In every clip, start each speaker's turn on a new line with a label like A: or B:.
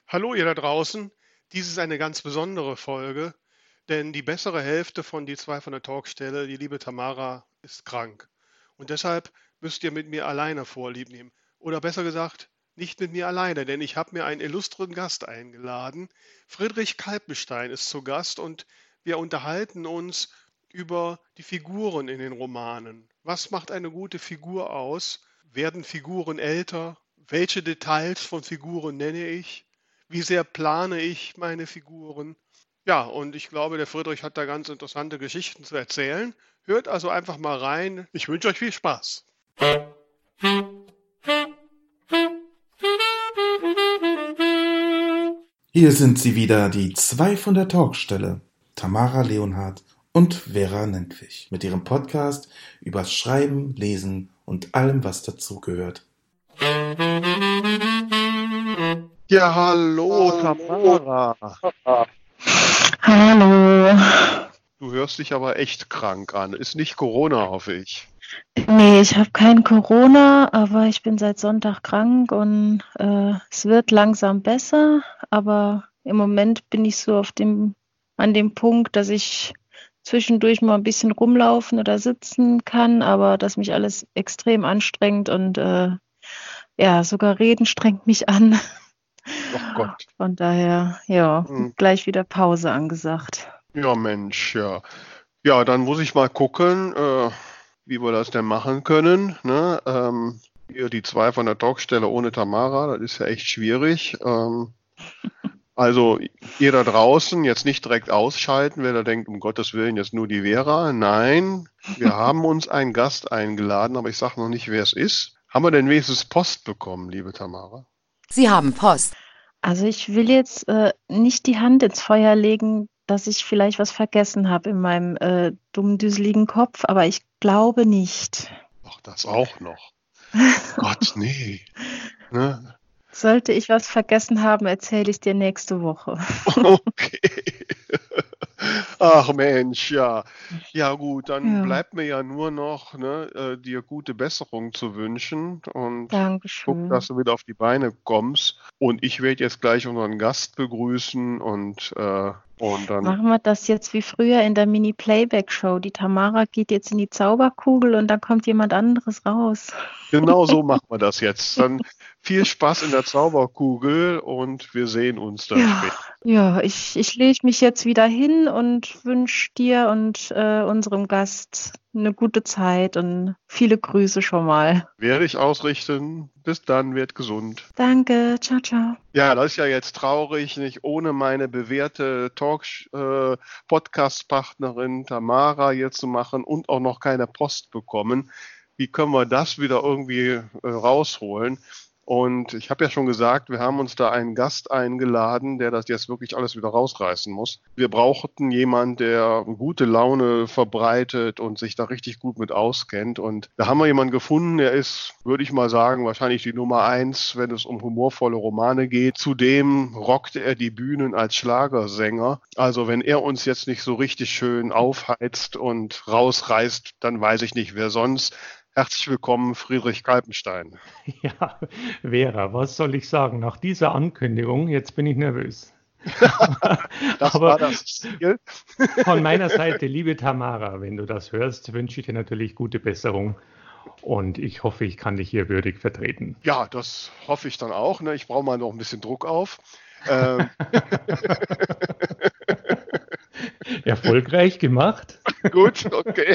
A: Hallo ihr da draußen. Dies ist eine ganz besondere Folge, denn die bessere Hälfte von die zwei von der Talkstelle, die liebe Tamara, ist krank. Und deshalb müsst ihr mit mir alleine Vorlieb nehmen. Oder besser gesagt, nicht mit mir alleine, denn ich habe mir einen illustren Gast eingeladen. Friedrich Kalpenstein ist zu Gast und wir unterhalten uns über die Figuren in den Romanen. Was macht eine gute Figur aus? Werden Figuren älter? Welche Details von Figuren nenne ich? Wie sehr plane ich meine Figuren? Ja, und ich glaube, der Friedrich hat da ganz interessante Geschichten zu erzählen. Hört also einfach mal rein. Ich wünsche euch viel Spaß.
B: Hier sind sie wieder, die zwei von der Talkstelle, Tamara Leonhardt und Vera Nentwich, mit ihrem Podcast übers Schreiben, Lesen und allem, was dazugehört.
A: Ja, hallo Tamara.
C: Hallo.
A: Du hörst dich aber echt krank an. Ist nicht Corona, hoffe ich.
C: Nee, ich habe kein Corona, aber ich bin seit Sonntag krank und es wird langsam besser, aber im Moment bin ich so an dem Punkt, dass ich zwischendurch mal ein bisschen rumlaufen oder sitzen kann, aber dass mich alles extrem anstrengt und ja, sogar reden strengt mich an.
A: Ach Gott.
C: Von daher, ja,
A: Hm.
C: gleich wieder Pause angesagt.
A: Ja, Mensch, ja. Ja, dann muss ich mal gucken, wie wir das denn machen können. Ne? Hier die zwei von der Talkstelle ohne Tamara, das ist ja echt schwierig. Also ihr da draußen jetzt nicht direkt ausschalten, wer da denkt, um Gottes Willen jetzt nur die Vera. Nein, wir haben uns einen Gast eingeladen, aber ich sage noch nicht, wer es ist. Haben wir denn wenigstens Post bekommen, liebe Tamara?
D: Sie haben Post.
C: Also ich will jetzt nicht die Hand ins Feuer legen, dass ich vielleicht was vergessen habe in meinem dummen, düseligen Kopf, aber ich glaube nicht.
A: Ach, das auch noch. Gott, nee. Ne?
C: Sollte ich was vergessen haben, erzähle ich dir nächste Woche.
A: Okay. Ach Mensch, ja. Ja gut, dann
C: Ja,
A: bleibt mir ja nur noch, ne, dir gute Besserung zu wünschen und guck,
C: Dankeschön.
A: dass du wieder auf die Beine kommst. Und ich werde jetzt gleich unseren Gast begrüßen und dann,
C: Machen wir das jetzt wie früher in der Mini-Playback-Show. Die Tamara geht jetzt in die Zauberkugel und dann kommt jemand anderes raus.
A: genau so machen wir das jetzt. Dann viel Spaß in der Zauberkugel und wir sehen uns dann
C: Ja,
A: später.
C: ja, ich lege mich jetzt wieder hin und wünsche dir und unserem Gast eine gute Zeit und viele Grüße schon mal.
A: Werde ich ausrichten. Bis dann, wird gesund.
C: Danke, ciao, ciao.
A: Ja, das ist ja jetzt traurig, nicht ohne meine bewährte Podcast-Partnerin Tamara hier zu machen und auch noch keine Post bekommen. Wie können wir das wieder irgendwie rausholen? Und ich habe ja schon gesagt, wir haben uns da einen Gast eingeladen, der das jetzt wirklich alles wieder rausreißen muss. Wir brauchten jemanden, der gute Laune verbreitet und sich da richtig gut mit auskennt. Und da haben wir jemanden gefunden, der ist, würde ich mal sagen, wahrscheinlich die Nummer 1, wenn es um humorvolle Romane geht. Zudem rockte er die Bühnen als Schlagersänger. Also wenn er uns jetzt nicht so richtig schön aufheizt und rausreißt, dann weiß ich nicht, wer sonst. Herzlich willkommen, Friedrich Kalpenstein.
E: Ja, Vera, was soll ich sagen? Nach dieser Ankündigung, jetzt bin ich nervös.
A: Das
E: Aber
A: war das Ziel.
E: von meiner Seite, liebe Tamara, wenn du das hörst, wünsche ich dir natürlich gute Besserung und ich hoffe, ich kann dich hier würdig vertreten.
A: Ja, das hoffe ich dann auch. Ne? Ich brauche mal noch ein bisschen Druck auf.
E: Erfolgreich gemacht.
A: Gut, okay.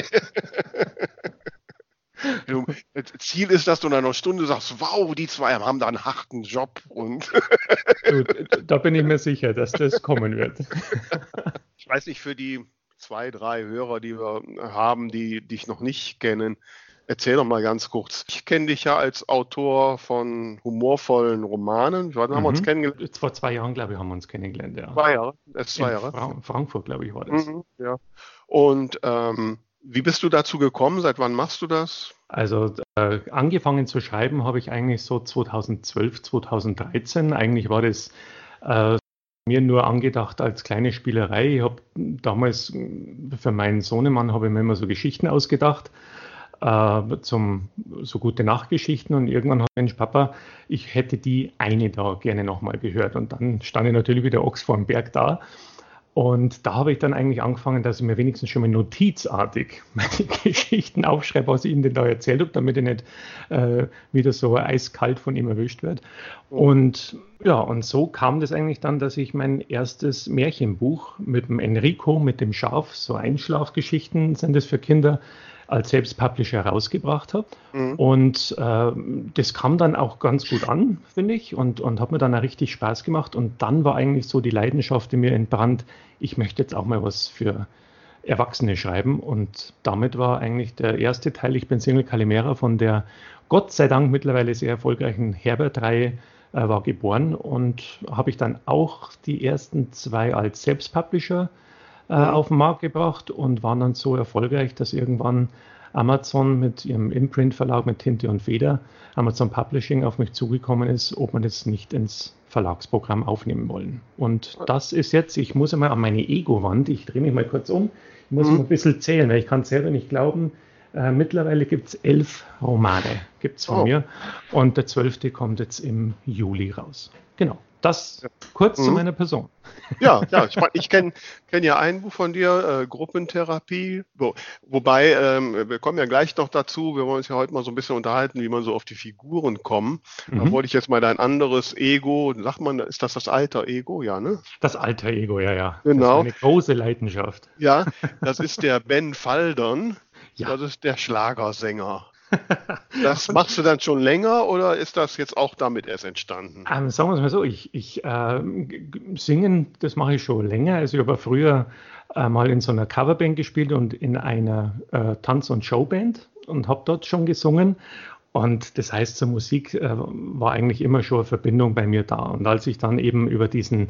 A: Ziel ist, dass du nach einer Stunde sagst, wow, die zwei haben da einen harten Job. Und
E: Du, da bin ich mir sicher, dass das kommen wird.
A: ich weiß nicht, für die 2, 3 Hörer, die wir haben, die dich noch nicht kennen, erzähl doch mal ganz kurz. Ich kenne dich ja als Autor von humorvollen Romanen. Wann haben wir uns kennengelernt?
E: Vor 2 Jahren, glaube ich, haben wir uns kennengelernt. Ja.
A: 2 Jahre. Erst 2 Jahre.
E: Frankfurt, glaube ich, war das.
A: Ja. Und wie bist du dazu gekommen? Seit wann machst du das?
E: Also angefangen zu schreiben habe ich eigentlich so 2012, 2013. Eigentlich war das mir nur angedacht als kleine Spielerei. Ich habe damals für meinen Sohnemann habe ich mir immer so Geschichten ausgedacht. zum so gute Nachtgeschichten und irgendwann hat Mensch, Papa, ich hätte die eine da gerne nochmal gehört. Und dann stand ich natürlich wieder Ochs vor dem Berg da. Und da habe ich dann eigentlich angefangen, dass ich mir wenigstens schon mal notizartig meine Geschichten aufschreibe, was ich ihm denn da erzählt habe, damit ich nicht wieder so eiskalt von ihm erwischt werde. Und ja, und so kam das eigentlich dann, dass ich mein erstes Märchenbuch mit dem Enrico, mit dem Schaf, so Einschlafgeschichten sind das für Kinder, als Selbstpublisher rausgebracht habe. Mhm. Und das kam dann auch ganz gut an, finde ich, und hat mir dann auch richtig Spaß gemacht. Und dann war eigentlich so die Leidenschaft in mir entbrannt, ich möchte jetzt auch mal was für Erwachsene schreiben. Und damit war eigentlich der erste Teil, ich bin Single Calimera, von der Gott sei Dank mittlerweile sehr erfolgreichen Herbert-Reihe war geboren. Und habe ich dann auch die ersten 2 als Selbstpublisher auf den Markt gebracht und waren dann so erfolgreich, dass irgendwann Amazon mit ihrem Imprint-Verlag mit Tinte und Feder, Amazon Publishing, auf mich zugekommen ist, ob man das nicht ins Verlagsprogramm aufnehmen wollen. Und das ist jetzt, ich muss einmal an meine Ego-Wand, ich drehe mich mal kurz um, ich muss mal ein bisschen zählen, weil ich kann es selber nicht glauben. Mittlerweile gibt es 11 Romane, gibt's von mir, und der 12. kommt jetzt im Juli raus. Genau. Das kurz zu meiner Person.
A: Ja, ich kenn ja ein Buch von dir, Gruppentherapie, wobei, wir kommen ja gleich noch dazu, wir wollen uns ja heute mal so ein bisschen unterhalten, wie man so auf die Figuren kommt. Da wollte ich jetzt mal dein anderes Ego, sagt man, ist das Alter Ego? Ja, ne?
E: Das Alter Ego, ja.
A: Genau.
E: Das ist eine große Leidenschaft.
A: Ja, das ist der Ben Faldern, das ist der Schlagersänger. Das machst du dann schon länger oder ist das jetzt auch damit erst entstanden?
E: Sagen wir es mal so, ich singen, das mache ich schon länger. Also ich habe früher mal in so einer Coverband gespielt und in einer Tanz- und Showband und habe dort schon gesungen. Und das heißt, zur Musik war eigentlich immer schon eine Verbindung bei mir da. Und als ich dann eben über diesen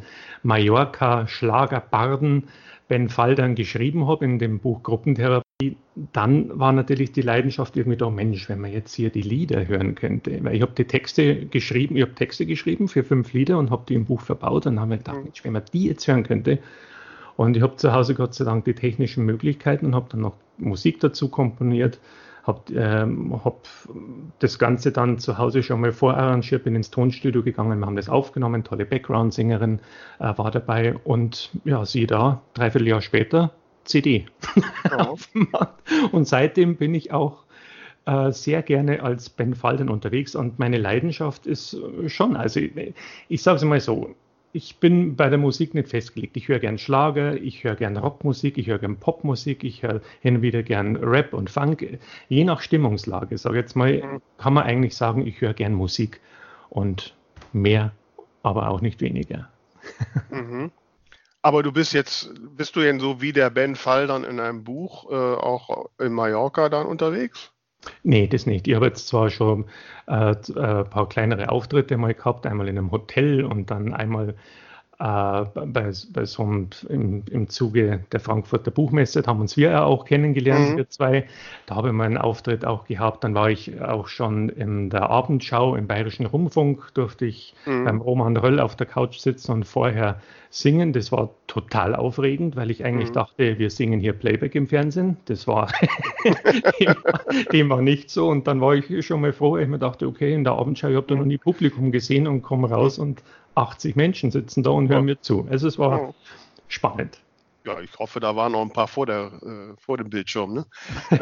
E: Mallorca-Schlagerbarden Ben Faldern geschrieben habe in dem Buch Gruppentherapie, dann war natürlich die Leidenschaft irgendwie da, Mensch, wenn man jetzt hier die Lieder hören könnte. Weil ich habe Texte geschrieben für 5 Lieder und habe die im Buch verbaut und habe mir gedacht, Mensch, wenn man die jetzt hören könnte. Und ich habe zu Hause Gott sei Dank die technischen Möglichkeiten und habe dann noch Musik dazu komponiert, habe das Ganze dann zu Hause schon mal vorarrangiert, bin ins Tonstudio gegangen, wir haben das aufgenommen, tolle Background-Sängerin war dabei und ja, siehe da, 3/4 Jahr später, CD auf dem Markt. Und seitdem bin ich auch sehr gerne als Ben Faldern unterwegs und meine Leidenschaft ist schon, also ich sage es mal so, ich bin bei der Musik nicht festgelegt. Ich höre gern Schlager, ich höre gern Rockmusik, ich höre gern Popmusik, ich höre hin und wieder gern Rap und Funk. Je nach Stimmungslage, sage jetzt mal, kann man eigentlich sagen, ich höre gern Musik und mehr, aber auch nicht weniger.
A: Mhm. Aber bist du denn so wie der Ben Faldern in einem Buch auch in Mallorca dann unterwegs?
E: Nee, das nicht. Ich habe jetzt zwar schon ein paar kleinere Auftritte mal gehabt, einmal in einem Hotel und dann einmal bei so einem, im Zuge der Frankfurter Buchmesse, da haben uns wir ja auch kennengelernt, wir 2. Da habe ich mal einen Auftritt auch gehabt. Dann war ich auch schon in der Abendschau im Bayerischen Rundfunk, durfte ich beim Roman Röll auf der Couch sitzen und vorher singen. Das war total aufregend, weil ich eigentlich dachte, wir singen hier Playback im Fernsehen. Das war dem war nicht so. Und dann war ich schon mal froh, weil ich mir dachte, okay, in der Abendschau, ich habe da noch nie Publikum gesehen und komme raus und 80 Menschen sitzen da und hören mir zu. Also es war spannend.
A: Ja, ich hoffe, da waren noch ein paar vor dem Bildschirm. Ne?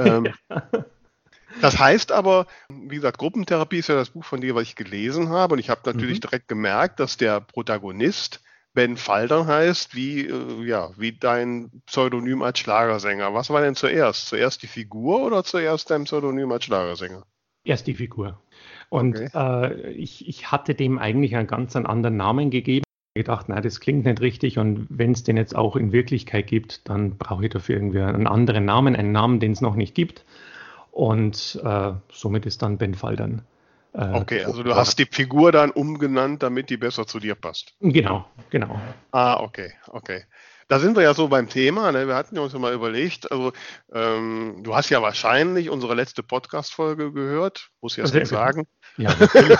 A: Das heißt aber, wie gesagt, Gruppentherapie ist ja das Buch von dir, was ich gelesen habe. Und ich habe natürlich direkt gemerkt, dass der Protagonist Ben Faldern heißt, wie dein Pseudonym als Schlagersänger. Was war denn zuerst? Zuerst die Figur oder zuerst dein Pseudonym als Schlagersänger?
E: Erst die Figur. Und ich hatte dem eigentlich einen ganz anderen Namen gegeben. Ich gedacht, nein, das klingt nicht richtig. Und wenn es den jetzt auch in Wirklichkeit gibt, dann brauche ich dafür irgendwie einen anderen Namen, einen Namen, den es noch nicht gibt. Und somit ist dann Ben Faldern.
A: Okay, also du hast die Figur dann umgenannt, damit die besser zu dir passt.
E: Genau.
A: Okay. Da sind wir ja so beim Thema, ne? Wir hatten ja uns ja mal überlegt, also du hast ja wahrscheinlich unsere letzte Podcast-Folge gehört, muss ich jetzt nicht sagen.
E: Ja, natürlich.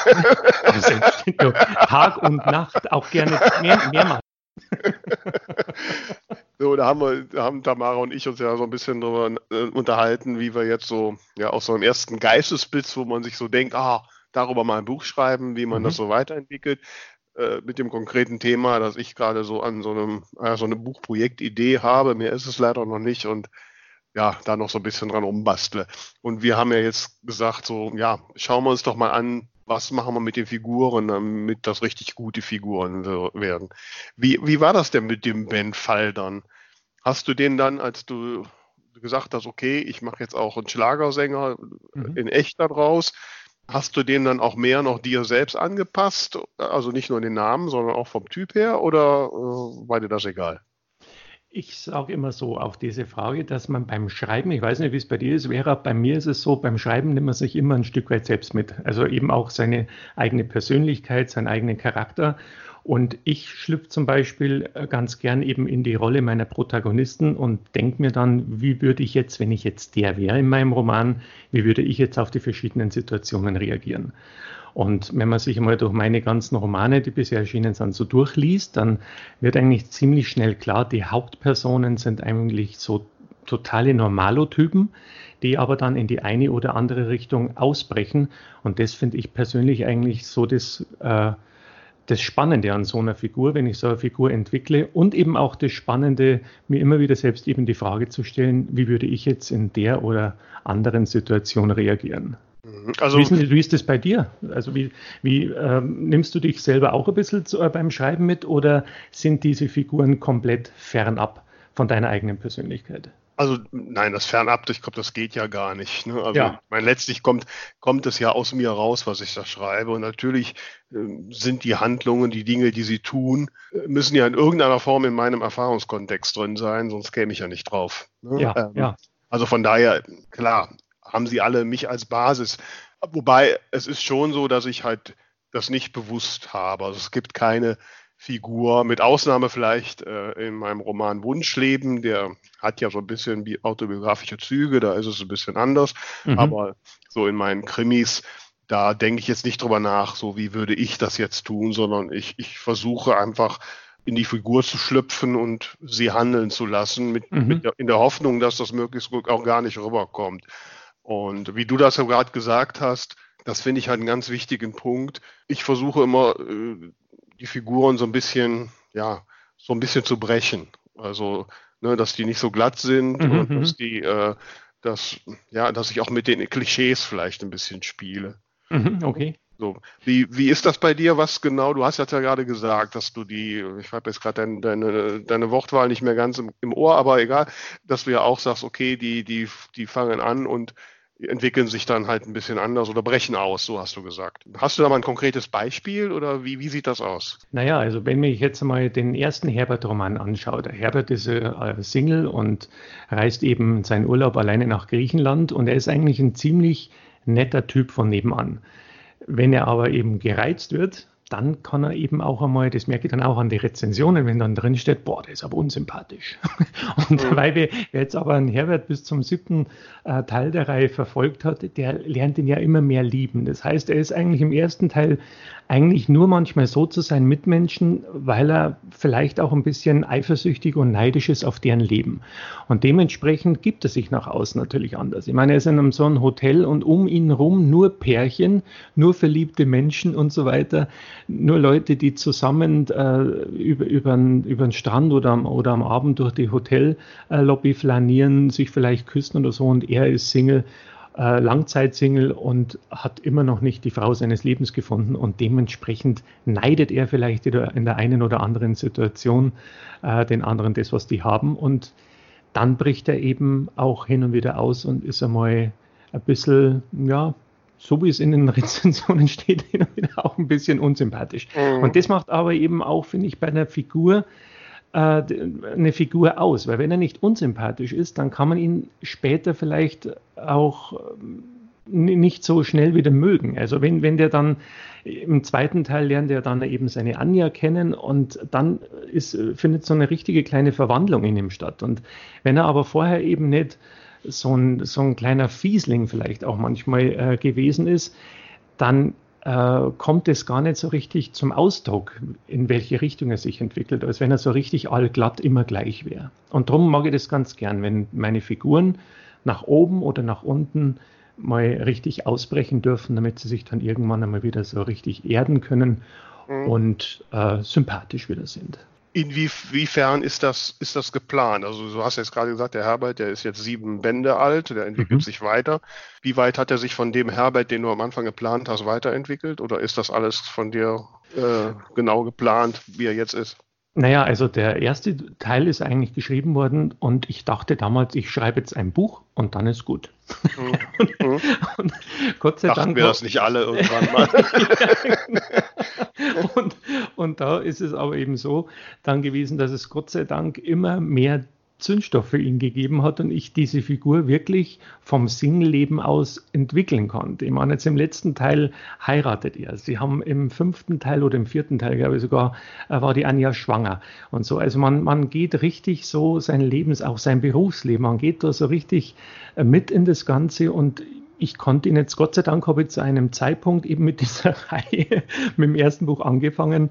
E: Tag und Nacht, auch gerne mehrmals.
A: So, da haben Tamara und ich uns ja so ein bisschen darüber unterhalten, wie wir jetzt so, ja, aus so einem ersten Geistesblitz, wo man sich so denkt, darüber mal ein Buch schreiben, wie man das so weiterentwickelt, mit dem konkreten Thema, dass ich gerade so an so eine Buchprojektidee habe. Mir ist es leider noch nicht und ja, da noch so ein bisschen dran rumbastle. Und wir haben ja jetzt gesagt, so, ja, schauen wir uns doch mal an, was machen wir mit den Figuren, damit das richtig gute Figuren werden. Wie war das denn mit dem Ben Fall dann? Hast du den dann, als du gesagt hast, okay, ich mache jetzt auch einen Schlagersänger in echt da draus, hast du den dann auch mehr noch dir selbst angepasst? Also nicht nur den Namen, sondern auch vom Typ her, oder war dir das egal?
E: Ich sage immer so auf diese Frage, dass man beim Schreiben, ich weiß nicht, wie es bei dir ist, Vera, bei mir ist es so, beim Schreiben nimmt man sich immer ein Stück weit selbst mit. Also eben auch seine eigene Persönlichkeit, seinen eigenen Charakter. Und ich schlüpfe zum Beispiel ganz gern eben in die Rolle meiner Protagonisten und denke mir dann, wie würde ich jetzt, wenn ich jetzt der wäre in meinem Roman, wie würde ich jetzt auf die verschiedenen Situationen reagieren? Und wenn man sich einmal durch meine ganzen Romane, die bisher erschienen sind, so durchliest, dann wird eigentlich ziemlich schnell klar, die Hauptpersonen sind eigentlich so totale Normalotypen, die aber dann in die eine oder andere Richtung ausbrechen. Und das finde ich persönlich eigentlich so das Spannende an so einer Figur, wenn ich so eine Figur entwickle, und eben auch das Spannende, mir immer wieder selbst eben die Frage zu stellen, wie würde ich jetzt in der oder anderen Situation reagieren? Also, wie ist das bei dir? Also wie nimmst du dich selber auch ein bisschen beim Schreiben mit, oder sind diese Figuren komplett fernab von deiner eigenen Persönlichkeit?
A: Also nein, das fernab, ich glaube, das geht ja gar nicht. Ne? Also
E: ja.
A: Letztlich kommt es ja aus mir raus, was ich da schreibe. Und natürlich sind die Handlungen, die Dinge, die sie tun, müssen ja in irgendeiner Form in meinem Erfahrungskontext drin sein, sonst käme ich ja nicht drauf. Ne?
E: Ja.
A: Also von daher, klar, haben sie alle mich als Basis. Wobei es ist schon so, dass ich halt das nicht bewusst habe. Also es gibt keine Figur, mit Ausnahme vielleicht in meinem Roman Wunschleben, der hat ja so ein bisschen autobiografische Züge, da ist es ein bisschen anders, aber so in meinen Krimis, da denke ich jetzt nicht drüber nach, so wie würde ich das jetzt tun, sondern ich versuche einfach in die Figur zu schlüpfen und sie handeln zu lassen, in der Hoffnung, dass das möglichst auch gar nicht rüberkommt. Und wie du das ja gerade gesagt hast, das finde ich halt einen ganz wichtigen Punkt. Ich versuche immer, die Figuren so ein bisschen zu brechen. Also, ne, dass die nicht so glatt sind und dass ich auch mit den Klischees vielleicht ein bisschen spiele.
E: Okay.
A: So. Wie ist das bei dir? Was genau? Du hast ja gerade gesagt, dass du ich habe jetzt gerade deine Wortwahl nicht mehr ganz im Ohr, aber egal, dass du ja auch sagst, okay, die fangen an und entwickeln sich dann halt ein bisschen anders oder brechen aus, so hast du gesagt. Hast du da mal ein konkretes Beispiel oder wie sieht das aus?
E: Naja, also wenn ich jetzt mal den ersten Herbert-Roman anschaue, der Herbert ist Single und reist eben seinen Urlaub alleine nach Griechenland, und er ist eigentlich ein ziemlich netter Typ von nebenan. Wenn er aber eben gereizt wird, dann kann er eben auch einmal, das merke ich dann auch an die Rezensionen, wenn dann drin steht, boah, der ist aber unsympathisch. Und weil wer jetzt aber einen Herbert bis zum 7. Teil der Reihe verfolgt hat, der lernt ihn ja immer mehr lieben. Das heißt, er ist eigentlich im ersten Teil eigentlich nur manchmal so zu seinen Mitmenschen, weil er vielleicht auch ein bisschen eifersüchtig und neidisch ist auf deren Leben. Und dementsprechend gibt er sich nach außen natürlich anders. Ich meine, er ist in so einem Hotel und um ihn rum nur Pärchen, nur verliebte Menschen und so weiter. Nur Leute, die zusammen über den Strand oder am Abend durch die Hotellobby flanieren, sich vielleicht küssen oder so, und er ist Single, Langzeitsingle und hat immer noch nicht die Frau seines Lebens gefunden, und dementsprechend neidet er vielleicht in der einen oder anderen Situation den anderen das, was die haben, und dann bricht er eben auch hin und wieder aus und ist einmal ein bisschen, ja, so wie es in den Rezensionen steht, hin und wieder auch ein bisschen unsympathisch. Und das macht aber eben auch, finde ich, bei einer Figur eine Figur aus, weil wenn er nicht unsympathisch ist, dann kann man ihn später vielleicht auch nicht so schnell wieder mögen. Also wenn der dann im zweiten Teil lernt er dann eben seine Anja kennen, und dann findet so eine richtige kleine Verwandlung in ihm statt. Und wenn er aber vorher eben nicht so ein kleiner Fiesling vielleicht auch manchmal gewesen ist, dann kommt es gar nicht so richtig zum Ausdruck, in welche Richtung er sich entwickelt, als wenn er so richtig allglatt immer gleich wäre. Und darum mag ich das ganz gern, wenn meine Figuren nach oben oder nach unten mal richtig ausbrechen dürfen, damit sie sich dann irgendwann einmal wieder so richtig erden können und sympathisch wieder sind.
A: Inwiefern ist das geplant? Also du hast jetzt gerade gesagt, der Herbert, der ist jetzt 7 Bände alt, der entwickelt sich weiter. Wie weit hat er sich von dem Herbert, den du am Anfang geplant hast, weiterentwickelt? Oder ist das alles von dir genau geplant, wie er jetzt ist?
E: Naja, also der erste Teil ist eigentlich geschrieben worden und ich dachte damals, ich schreibe jetzt ein Buch und dann ist gut. Und Gott sei
A: Dachten
E: Dank
A: wir das nicht alle irgendwann mal.
E: Und da ist es aber eben so dann gewesen, dass es Gott sei Dank immer mehr Zündstoff für ihn gegeben hat und ich diese Figur wirklich vom Singleben aus entwickeln konnte. Ich meine, jetzt im letzten Teil heiratet er. Sie haben im 5. Teil oder im 4. Teil, glaube ich sogar, war die Anja schwanger und so. Also man geht richtig so auch sein Berufsleben, man geht da so richtig mit in das Ganze und ich konnte ihn jetzt, Gott sei Dank habe ich zu einem Zeitpunkt eben mit dieser Reihe, mit dem ersten Buch angefangen,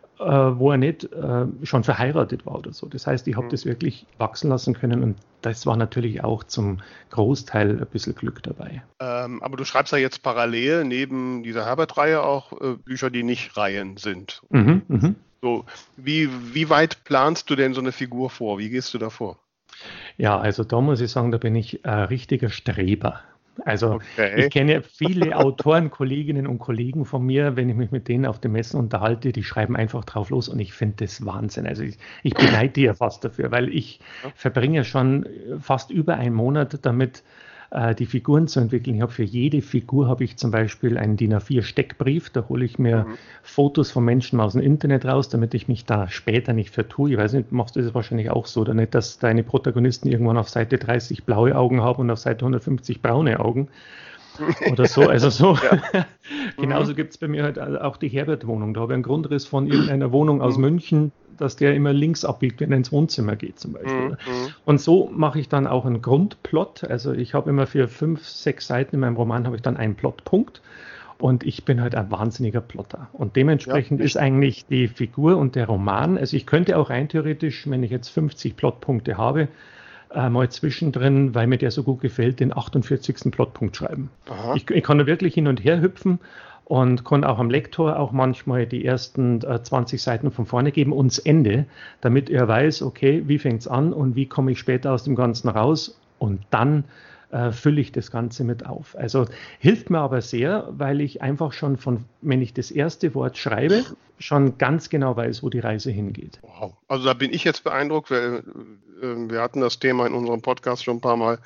E: wo er nicht schon verheiratet war oder so. Das heißt, ich habe das wirklich wachsen lassen können und das war natürlich auch zum Großteil ein bisschen Glück dabei.
A: Aber du schreibst ja jetzt parallel neben dieser Herbert-Reihe auch Bücher, die nicht Reihen sind. So, wie weit planst du denn so eine Figur vor? Wie gehst du da vor?
E: Ja, also da muss ich sagen, da bin ich ein richtiger Streber. Also ich kenne viele Autoren, Kolleginnen und Kollegen von mir, wenn ich mich mit denen auf den Messen unterhalte, die schreiben einfach drauf los und ich finde das Wahnsinn. Also ich beneide die ja fast dafür, weil ich verbringe schon fast über einen Monat damit, die Figuren zu entwickeln. Ich habe für jede Figur habe ich zum Beispiel einen DIN A4 Steckbrief, da hole ich mir Fotos von Menschen aus dem Internet raus, damit ich mich da später nicht vertue. Ich weiß nicht, machst du das wahrscheinlich auch so, oder nicht, dass deine Protagonisten irgendwann auf Seite 30 blaue Augen haben und auf Seite 150 braune Augen oder so. Also so. Genauso gibt es bei mir halt auch die Herbert-Wohnung. Da habe ich einen Grundriss von irgendeiner Wohnung aus München, dass der immer links abbiegt, wenn er ins Wohnzimmer geht zum Beispiel. Und so mache ich dann auch einen Grundplot. Also ich habe immer für 5, 6 Seiten in meinem Roman habe ich dann einen Plotpunkt. Und ich bin halt ein wahnsinniger Plotter. Und dementsprechend ist eigentlich die Figur und der Roman, also ich könnte auch rein theoretisch, wenn ich jetzt 50 Plotpunkte habe, mal zwischendrin, weil mir der so gut gefällt, den 48. Plotpunkt schreiben. Ich kann da wirklich hin und her hüpfen und kann auch am Lektor auch manchmal die ersten 20 Seiten von vorne geben und das Ende, damit er weiß, okay, wie fängt es an und wie komme ich später aus dem Ganzen raus und dann fülle ich das Ganze mit auf. Also hilft mir aber sehr, weil ich einfach schon wenn ich das erste Wort schreibe, schon ganz genau weiß, wo die Reise hingeht.
A: Wow. Also da bin ich jetzt beeindruckt, weil wir hatten das Thema in unserem Podcast schon ein paar Mal.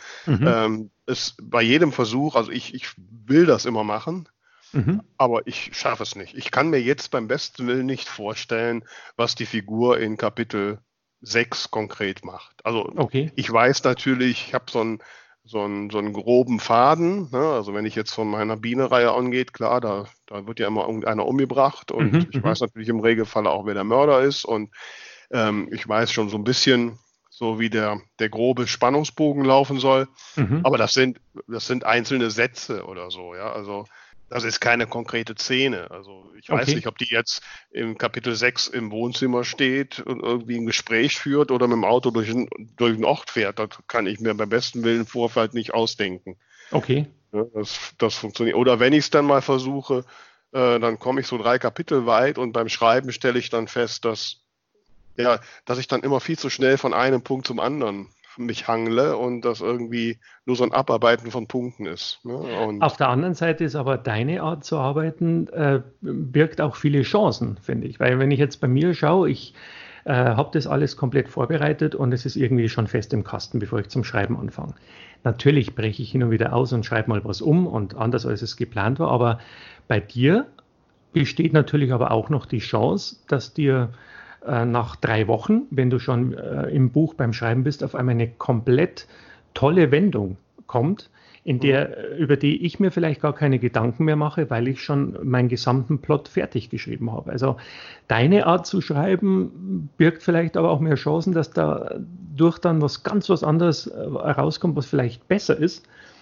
A: Bei jedem Versuch, also ich will das immer machen, aber ich schaffe es nicht. Ich kann mir jetzt beim besten Willen nicht vorstellen, was die Figur in Kapitel 6 konkret macht. Also ich weiß natürlich, ich habe so einen groben Faden, ne? Also wenn ich jetzt von meiner Biene-Reihe angeht, klar, da wird ja immer irgendeiner umgebracht und ich weiß natürlich im Regelfall auch, wer der Mörder ist und ich weiß schon so ein bisschen, so wie der grobe Spannungsbogen laufen soll, aber das sind einzelne Sätze oder so, ja, also das ist keine konkrete Szene. Also ich weiß nicht, ob die jetzt im Kapitel 6 im Wohnzimmer steht und irgendwie ein Gespräch führt oder mit dem Auto durch den Ort fährt. Das kann ich mir beim besten Willen im Vorfeld nicht ausdenken.
E: Okay.
A: Ja, das funktioniert. Oder wenn ich es dann mal versuche, dann komme ich so 3 Kapitel weit und beim Schreiben stelle ich dann fest, dass ich dann immer viel zu schnell von einem Punkt zum anderen mich hangle und das irgendwie nur so ein Abarbeiten von Punkten ist. Ne? Und
E: auf der anderen Seite ist aber deine Art zu arbeiten, birgt auch viele Chancen, finde ich. Weil wenn ich jetzt bei mir schaue, ich habe das alles komplett vorbereitet und es ist irgendwie schon fest im Kasten, bevor ich zum Schreiben anfange. Natürlich breche ich hin und wieder aus und schreibe mal was um und anders als es geplant war, aber bei dir besteht natürlich aber auch noch die Chance, dass dir nach 3 Wochen, wenn du schon im Buch beim Schreiben bist, auf einmal eine komplett tolle Wendung kommt, über die ich mir vielleicht gar keine Gedanken mehr mache, weil ich schon meinen gesamten Plot fertig geschrieben habe. Also deine Art zu schreiben birgt vielleicht aber auch mehr Chancen, dass da durch dann was anderes herauskommt, was vielleicht besser ist.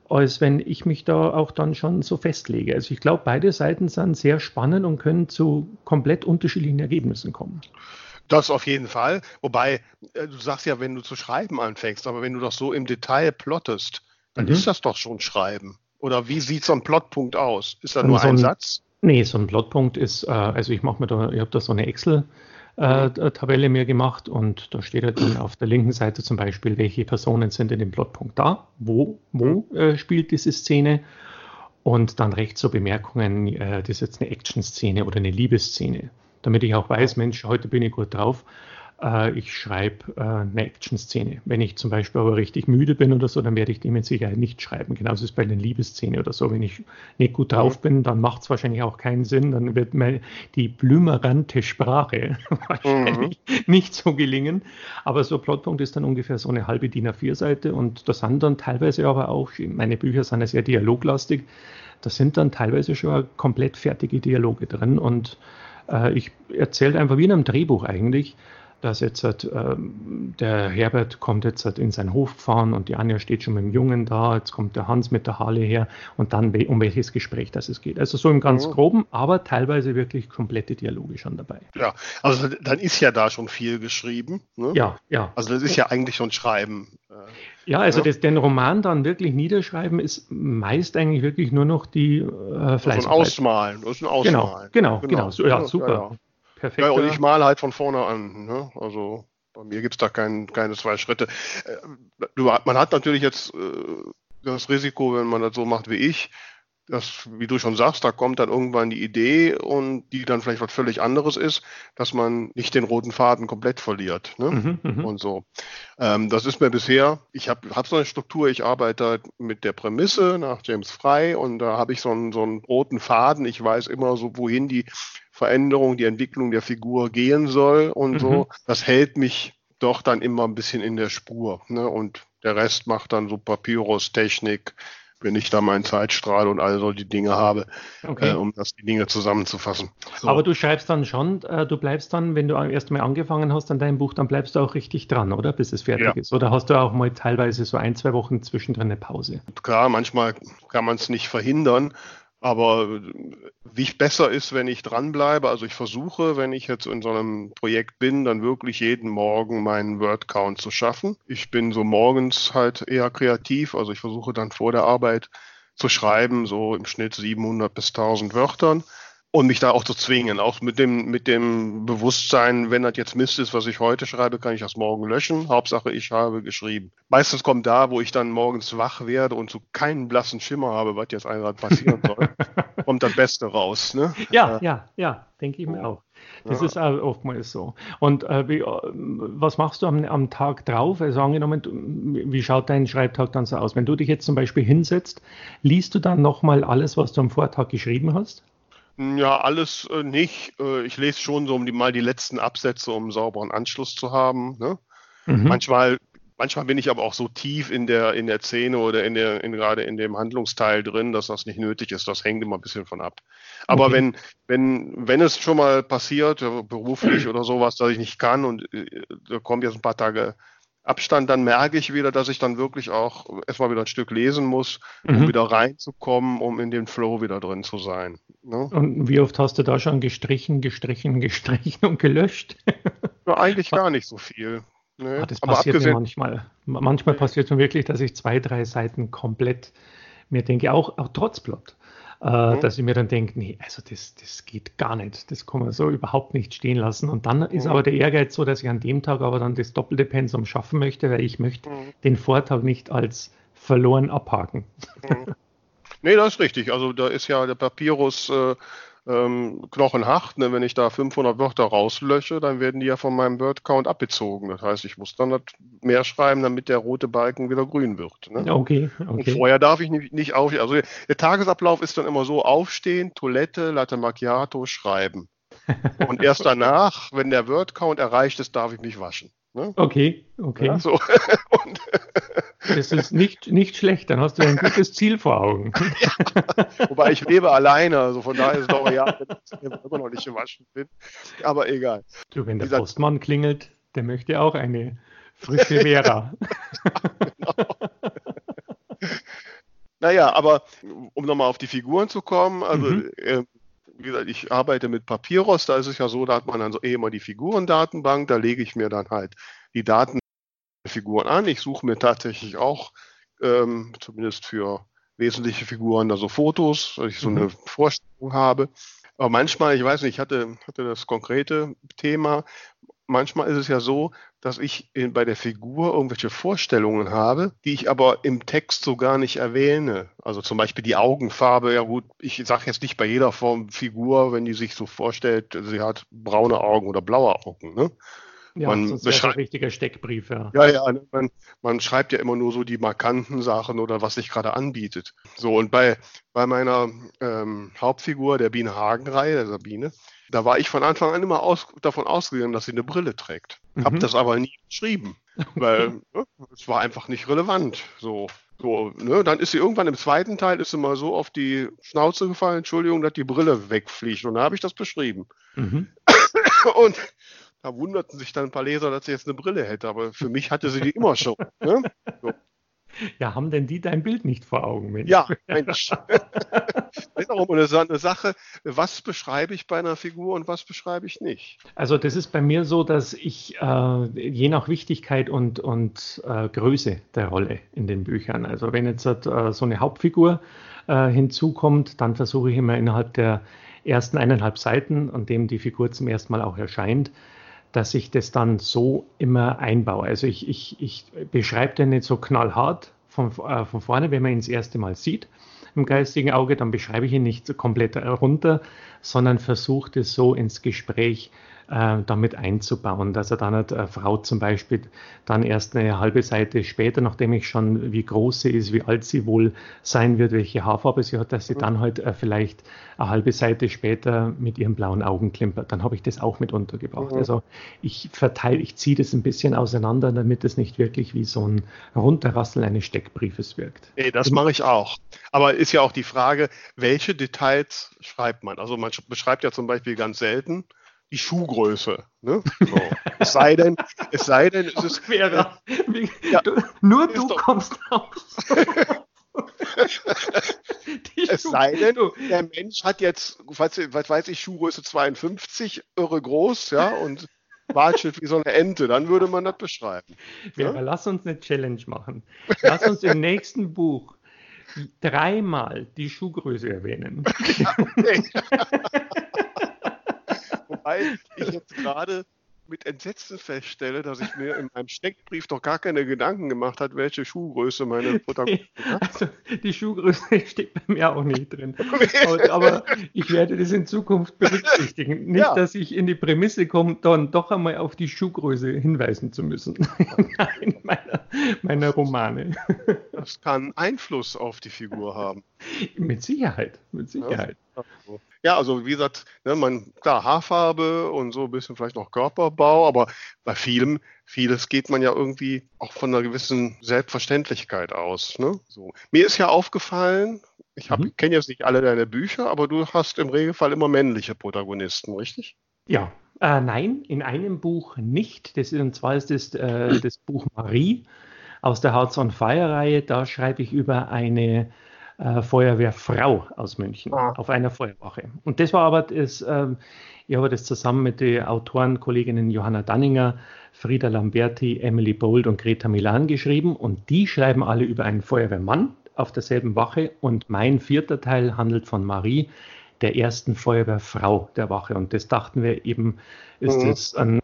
E: als wenn ich mich da auch dann schon so festlege. Also ich glaube, beide Seiten sind sehr spannend und können zu komplett unterschiedlichen Ergebnissen kommen.
A: Das auf jeden Fall. Wobei, du sagst ja, wenn du zu schreiben anfängst, aber wenn du das so im Detail plottest, dann ist das doch schon Schreiben. Oder wie sieht so ein Plotpunkt aus? Ist da nur ein Satz?
E: Nee, so ein Plotpunkt ist, also ich habe da so eine Excel-Tabelle mir gemacht und da steht halt dann auf der linken Seite zum Beispiel, welche Personen sind in dem Plotpunkt da, wo spielt diese Szene und dann rechts so Bemerkungen, das ist jetzt eine Action-Szene oder eine Liebesszene, damit ich auch weiß, Mensch, heute bin ich gut drauf. Ich schreibe eine Action-Szene. Wenn ich zum Beispiel aber richtig müde bin oder so, dann werde ich die mit Sicherheit nicht schreiben. Genauso ist es bei einer Liebesszene oder so. Wenn ich nicht gut drauf bin, dann macht es wahrscheinlich auch keinen Sinn. Dann wird mir die blümerante Sprache wahrscheinlich nicht so gelingen. Aber so ein Plotpunkt ist dann ungefähr so eine halbe DIN A4-Seite und das sind dann teilweise aber auch, meine Bücher sind ja sehr dialoglastig, da sind dann teilweise schon komplett fertige Dialoge drin und ich erzähle einfach wie in einem Drehbuch eigentlich, dass jetzt der Herbert kommt jetzt in seinen Hof gefahren und die Anja steht schon mit dem Jungen da, jetzt kommt der Hans mit der Harley her und dann um welches Gespräch das es geht. Also so im ganz Groben, aber teilweise wirklich komplette Dialoge schon dabei.
A: Ja, also dann ist ja da schon viel geschrieben. Ne?
E: Ja.
A: Also das ist ja eigentlich schon Schreiben.
E: Ja, also den Roman dann wirklich niederschreiben ist meist eigentlich wirklich nur noch die Fleißarbeit.
A: Das ist ein Ausmalen.
E: Genau. So, ja, super. Ja. Perfekt.
A: Ja, und ich male halt von vorne an. Ne? Also bei mir gibt es da keine 2 Schritte. Man hat natürlich jetzt das Risiko, wenn man das so macht wie ich, dass, wie du schon sagst, da kommt dann irgendwann die Idee und die dann vielleicht was völlig anderes ist, dass man nicht den roten Faden komplett verliert. Ne? Und so. Das ist mir bisher, ich habe so eine Struktur, ich arbeite mit der Prämisse nach James Frey und da habe ich so einen roten Faden. Ich weiß immer so, wohin die Veränderung, die Entwicklung der Figur gehen soll und so. Das hält mich doch dann immer ein bisschen in der Spur. Ne? Und der Rest macht dann so Papyrus, Technik, wenn ich da meinen Zeitstrahl und all solche Dinge habe, um die Dinge zusammenzufassen. So.
E: Aber du schreibst dann schon, du bleibst dann, wenn du erst mal angefangen hast an deinem Buch, dann bleibst du auch richtig dran, oder? Bis es fertig ist. Oder hast du auch mal teilweise so 1-2 Wochen zwischendrin eine Pause?
A: Klar, manchmal kann man es nicht verhindern. Aber wie besser ist, wenn ich dranbleibe. Also ich versuche, wenn ich jetzt in so einem Projekt bin, dann wirklich jeden Morgen meinen Word-Count zu schaffen. Ich bin so morgens halt eher kreativ. Also ich versuche dann vor der Arbeit zu schreiben, so im Schnitt 700 bis 1000 Wörtern. Und mich da auch zu zwingen, auch mit dem Bewusstsein, wenn das jetzt Mist ist, was ich heute schreibe, kann ich das morgen löschen. Hauptsache, ich habe geschrieben. Meistens kommt da, wo ich dann morgens wach werde und so keinen blassen Schimmer habe, was jetzt gerade passieren soll, kommt das Beste raus. Ne?
E: Ja, denke ich mir auch. Das ist auch oftmals so. Und was machst du am Tag drauf? Also angenommen, wie schaut dein Schreibtag dann so aus? Wenn du dich jetzt zum Beispiel hinsetzt, liest du dann nochmal alles, was du am Vortag geschrieben hast?
A: Ja, alles nicht. Ich lese schon so, um mal die letzten Absätze, um einen sauberen Anschluss zu haben. Ne? Manchmal bin ich aber auch so tief in der Szene oder gerade in dem Handlungsteil drin, dass das nicht nötig ist. Das hängt immer ein bisschen von ab. Aber wenn es schon mal passiert, beruflich oder sowas, dass ich nicht kann und da kommt jetzt ein paar Tage Abstand, dann merke ich wieder, dass ich dann wirklich auch erstmal wieder ein Stück lesen muss, um wieder reinzukommen, um in den Flow wieder drin zu sein. Ne?
E: Und wie oft hast du da schon gestrichen und gelöscht?
A: Ja, eigentlich gar nicht so viel. Ne?
E: Das passiert mir manchmal. Manchmal passiert es mir wirklich, dass ich 2-3 Seiten komplett mir denke, auch trotz Plot, dass ich mir dann denke, nee, also das geht gar nicht. Das kann man so überhaupt nicht stehen lassen. Und dann ist aber der Ehrgeiz so, dass ich an dem Tag aber dann das doppelte Pensum schaffen möchte, weil ich möchte den Vortag nicht als verloren abhaken.
A: Nee, das ist richtig. Also da ist ja der Papyrus knochenhart. Ne? Wenn ich da 500 Wörter rauslösche, dann werden die ja von meinem Word-Count abgezogen. Das heißt, ich muss dann mehr schreiben, damit der rote Balken wieder grün wird. Ne?
E: Okay.
A: Und vorher darf ich nicht aufstehen. Also der Tagesablauf ist dann immer so: Aufstehen, Toilette, Latte Macchiato, schreiben. Und erst danach, wenn der Word-Count erreicht ist, darf ich mich waschen. Ne?
E: Okay.
A: Ja, so.
E: Das ist nicht schlecht, dann hast du ein gutes Ziel vor Augen.
A: Ja, wobei ich lebe alleine, also von daher ist es doch ja, wenn ich immer noch nicht gewaschen bin. Aber egal.
E: Du, wenn der Postmann klingelt, der möchte auch eine frische Vera.
A: Genau. Naja, aber um nochmal auf die Figuren zu kommen, also
E: Mhm.
A: wie gesagt, ich arbeite mit Papyrus, da ist es ja so, da hat man dann so immer die Figurendatenbank, da lege ich mir dann halt die Daten der Figuren an. Ich suche mir tatsächlich auch, zumindest für wesentliche Figuren, also Fotos, dass ich so eine
E: Mhm.
A: Vorstellung habe. Aber manchmal, ich weiß nicht, ich hatte das konkrete Thema, manchmal ist es ja so, dass ich bei der Figur irgendwelche Vorstellungen habe, die ich aber im Text so gar nicht erwähne. Also zum Beispiel die Augenfarbe. Ja gut, ich sage jetzt nicht bei jeder Form Figur, wenn die sich so vorstellt, sie hat braune Augen oder blaue Augen. Ne?
E: Ja,
A: Man
E: sonst wäre es ein
A: beschreibt,
E: richtiger Steckbrief, ja.
A: ja, ne, man schreibt ja immer nur so die markanten Sachen oder was sich gerade anbietet. So, und bei meiner Hauptfigur der Biene Hagen-Reihe, der Sabine, da war ich von Anfang an immer davon ausgegangen, dass sie eine Brille trägt. Hab
E: Mhm.
A: das aber nie geschrieben,
E: Okay.
A: weil es war einfach nicht relevant. Ne? Dann ist sie irgendwann im zweiten Teil ist sie mal so auf die Schnauze gefallen, Entschuldigung, dass die Brille wegfliegt. Und da habe ich das beschrieben.
E: Mhm.
A: Und da wunderten sich dann ein paar Leser, dass sie jetzt eine Brille hätte, aber für mich hatte sie die immer schon. Ne? So.
E: Ja, haben denn die dein Bild nicht vor Augen, Mensch?
A: Ja, Mensch. Das ist auch immer eine Sache, was beschreibe ich bei einer Figur und was beschreibe ich nicht.
E: Also das ist bei mir so, dass ich je nach Wichtigkeit und Größe der Rolle in den Büchern, also wenn jetzt so eine Hauptfigur hinzukommt, dann versuche ich immer innerhalb der ersten 1,5 Seiten, an dem die Figur zum ersten Mal auch erscheint, dass ich das dann so immer einbaue. Also ich beschreibe den nicht so knallhart von vorne, wenn man ihn das erste Mal sieht im geistigen Auge, dann beschreibe ich ihn nicht so komplett runter, sondern versuche das so ins Gespräch damit einzubauen, dass er dann eine Frau zum Beispiel dann erst eine halbe Seite später, nachdem ich schon, wie groß sie ist, wie alt sie wohl sein wird, welche Haarfarbe sie hat, dass sie dann halt vielleicht eine halbe Seite später mit ihren blauen Augen klimpert. Dann habe ich das auch mit untergebracht.
A: Mhm.
E: Also ich ziehe das ein bisschen auseinander, damit es nicht wirklich wie so ein Runterrasseln eines Steckbriefes wirkt.
A: Nee, das mache ich auch. Aber ist ja auch die Frage, welche Details schreibt man? Also man beschreibt ja zum Beispiel ganz selten die Schuhgröße. Ne? So. Es sei denn, es ist.
E: Vera,
A: Ja,
E: nur
A: ist
E: du
A: doch.
E: kommst auf.
A: Es sei denn, der Mensch hat jetzt, was weiß ich, Schuhgröße 52, irre groß, ja, und watschelt wie so eine Ente, dann würde man das beschreiben.
E: Vera,
A: Ne?
E: lass uns eine Challenge machen. Lass uns im nächsten Buch 3-mal die Schuhgröße erwähnen.
A: Okay. Wobei ich jetzt gerade mit Entsetzen feststelle, dass ich mir in meinem Steckbrief doch gar keine Gedanken gemacht habe, welche Schuhgröße meine Protagonistin hat.
E: Also die Schuhgröße steht bei mir auch nicht drin. Aber ich werde das in Zukunft berücksichtigen. Nicht,
A: Ja.
E: dass ich in die Prämisse komme, dann doch einmal auf die Schuhgröße hinweisen zu müssen. Nein, meiner Romane.
A: Das kann Einfluss auf die Figur haben.
E: Mit Sicherheit, mit Sicherheit.
A: Ja, also wie gesagt, ne, klar, Haarfarbe und so ein bisschen vielleicht noch Körperbau, aber bei vieles geht man ja irgendwie auch von einer gewissen Selbstverständlichkeit aus. Ne? So. Mir ist ja aufgefallen, kenne jetzt nicht alle deine Bücher, aber du hast im Regelfall immer männliche Protagonisten, richtig?
E: Ja, nein, in einem Buch nicht. Und zwar ist das Buch Marie aus der Hearts on Fire-Reihe. Da schreibe ich über eine Feuerwehrfrau aus München auf einer Feuerwache. Und das war aber ich habe das zusammen mit den Autorenkolleginnen Johanna Danninger, Frieda Lamberti, Emily Bold und Greta Milan geschrieben. Und die schreiben alle über einen Feuerwehrmann auf derselben Wache. Und mein 4. Teil handelt von Marie, der ersten Feuerwehrfrau der Wache. Und das dachten wir eben, ist es eine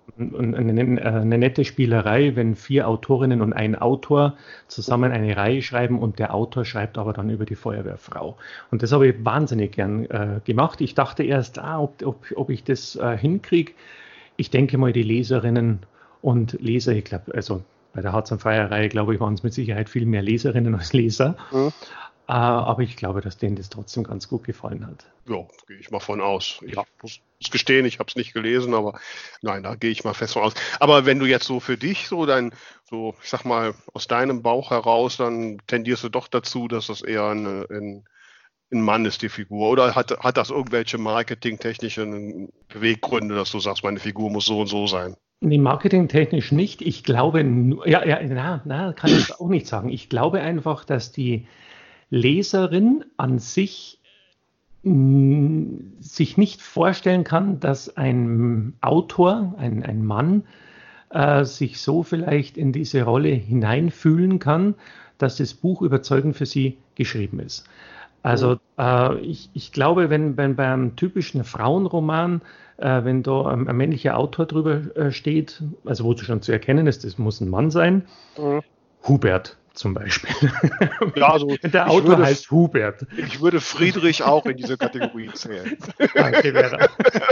E: nette Spielerei, wenn 4 Autorinnen und ein Autor zusammen eine Reihe schreiben und der Autor schreibt aber dann über die Feuerwehrfrau. Und das habe ich wahnsinnig gern gemacht. Ich dachte erst, ob ich das hinkriege. Ich denke mal, die Leserinnen und Leser, ich glaube, also bei der Hearts on Fire-Reihe, glaube ich, waren es mit Sicherheit viel mehr Leserinnen als Leser. Aber ich glaube, dass denen das trotzdem ganz gut gefallen hat.
A: Ja, gehe ich mal von aus. Ich muss gestehen, ich habe es nicht gelesen, aber nein, da gehe ich mal fest von aus. Aber wenn du jetzt so für dich ich sag mal, aus deinem Bauch heraus, dann tendierst du doch dazu, dass das eher ein Mann ist, die Figur. Oder hat das irgendwelche marketingtechnischen Beweggründe, dass du sagst, meine Figur muss so und so sein?
E: Nee, marketingtechnisch nicht. Ich glaube, kann ich auch nicht sagen. Ich glaube einfach, dass die Leserin an sich sich nicht vorstellen kann, dass ein Autor, ein Mann, sich so vielleicht in diese Rolle hineinfühlen kann, dass das Buch überzeugend für sie geschrieben ist. Also ich glaube, wenn bei einem typischen Frauenroman, wenn da ein männlicher Autor drüber steht, also wo schon zu erkennen ist, das muss ein Mann sein, Hubert zum Beispiel.
A: Ja, also
E: Der Autor heißt Hubert.
A: Ich würde Friedrich auch in diese Kategorie zählen.
E: Danke, Vera.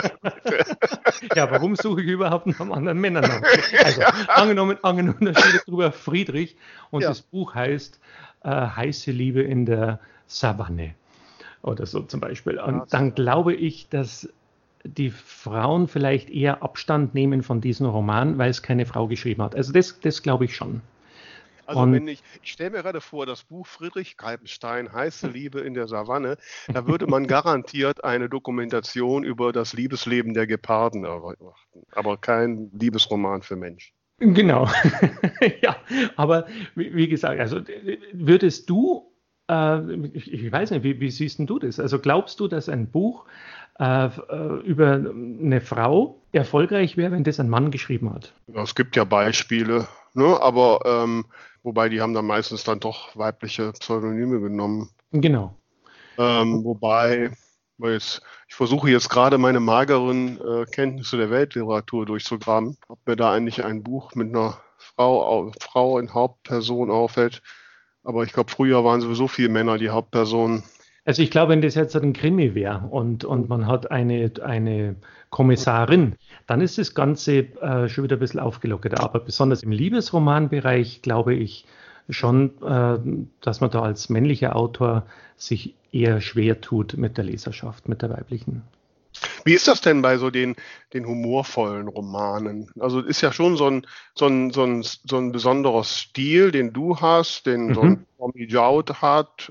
E: Ja, warum suche ich überhaupt nach einem anderen Männernamen? Also, angenommen, da steht drüber Friedrich und das Buch heißt Heiße Liebe in der Savanne oder so zum Beispiel. Und dann glaube ich, dass die Frauen vielleicht eher Abstand nehmen von diesem Roman, weil es keine Frau geschrieben hat. Also das glaube ich schon.
A: Also ich stelle mir gerade vor, das Buch Friedrich Kalpenstein, Heiße Liebe in der Savanne, da würde man garantiert eine Dokumentation über das Liebesleben der Geparden erwarten, aber kein Liebesroman für Menschen.
E: Genau. Ja, aber wie gesagt, also würdest du, ich weiß nicht, wie siehst denn du das? Also glaubst du, dass ein Buch über eine Frau erfolgreich wäre, wenn das ein Mann geschrieben hat?
A: Ja, es gibt ja Beispiele, ne? Aber wobei die haben dann meistens dann doch weibliche Pseudonyme genommen.
E: Genau.
A: Wobei, ich versuche jetzt gerade meine mageren Kenntnisse der Weltliteratur durchzugraben, ob mir da eigentlich ein Buch mit einer Frau in Hauptperson auffällt. Aber ich glaube, früher waren sowieso viele Männer die Hauptpersonen.
E: Also ich glaube, wenn das jetzt ein Krimi wäre und man hat eine Kommissarin, dann ist das Ganze schon wieder ein bisschen aufgelockerter. Aber besonders im Liebesromanbereich glaube ich schon, dass man da als männlicher Autor sich eher schwer tut mit der Leserschaft, mit der weiblichen.
A: Wie ist das denn bei so den humorvollen Romanen? Also ist ja schon so ein besonderer Stil, den du hast, den so ein Tommy Joud hat.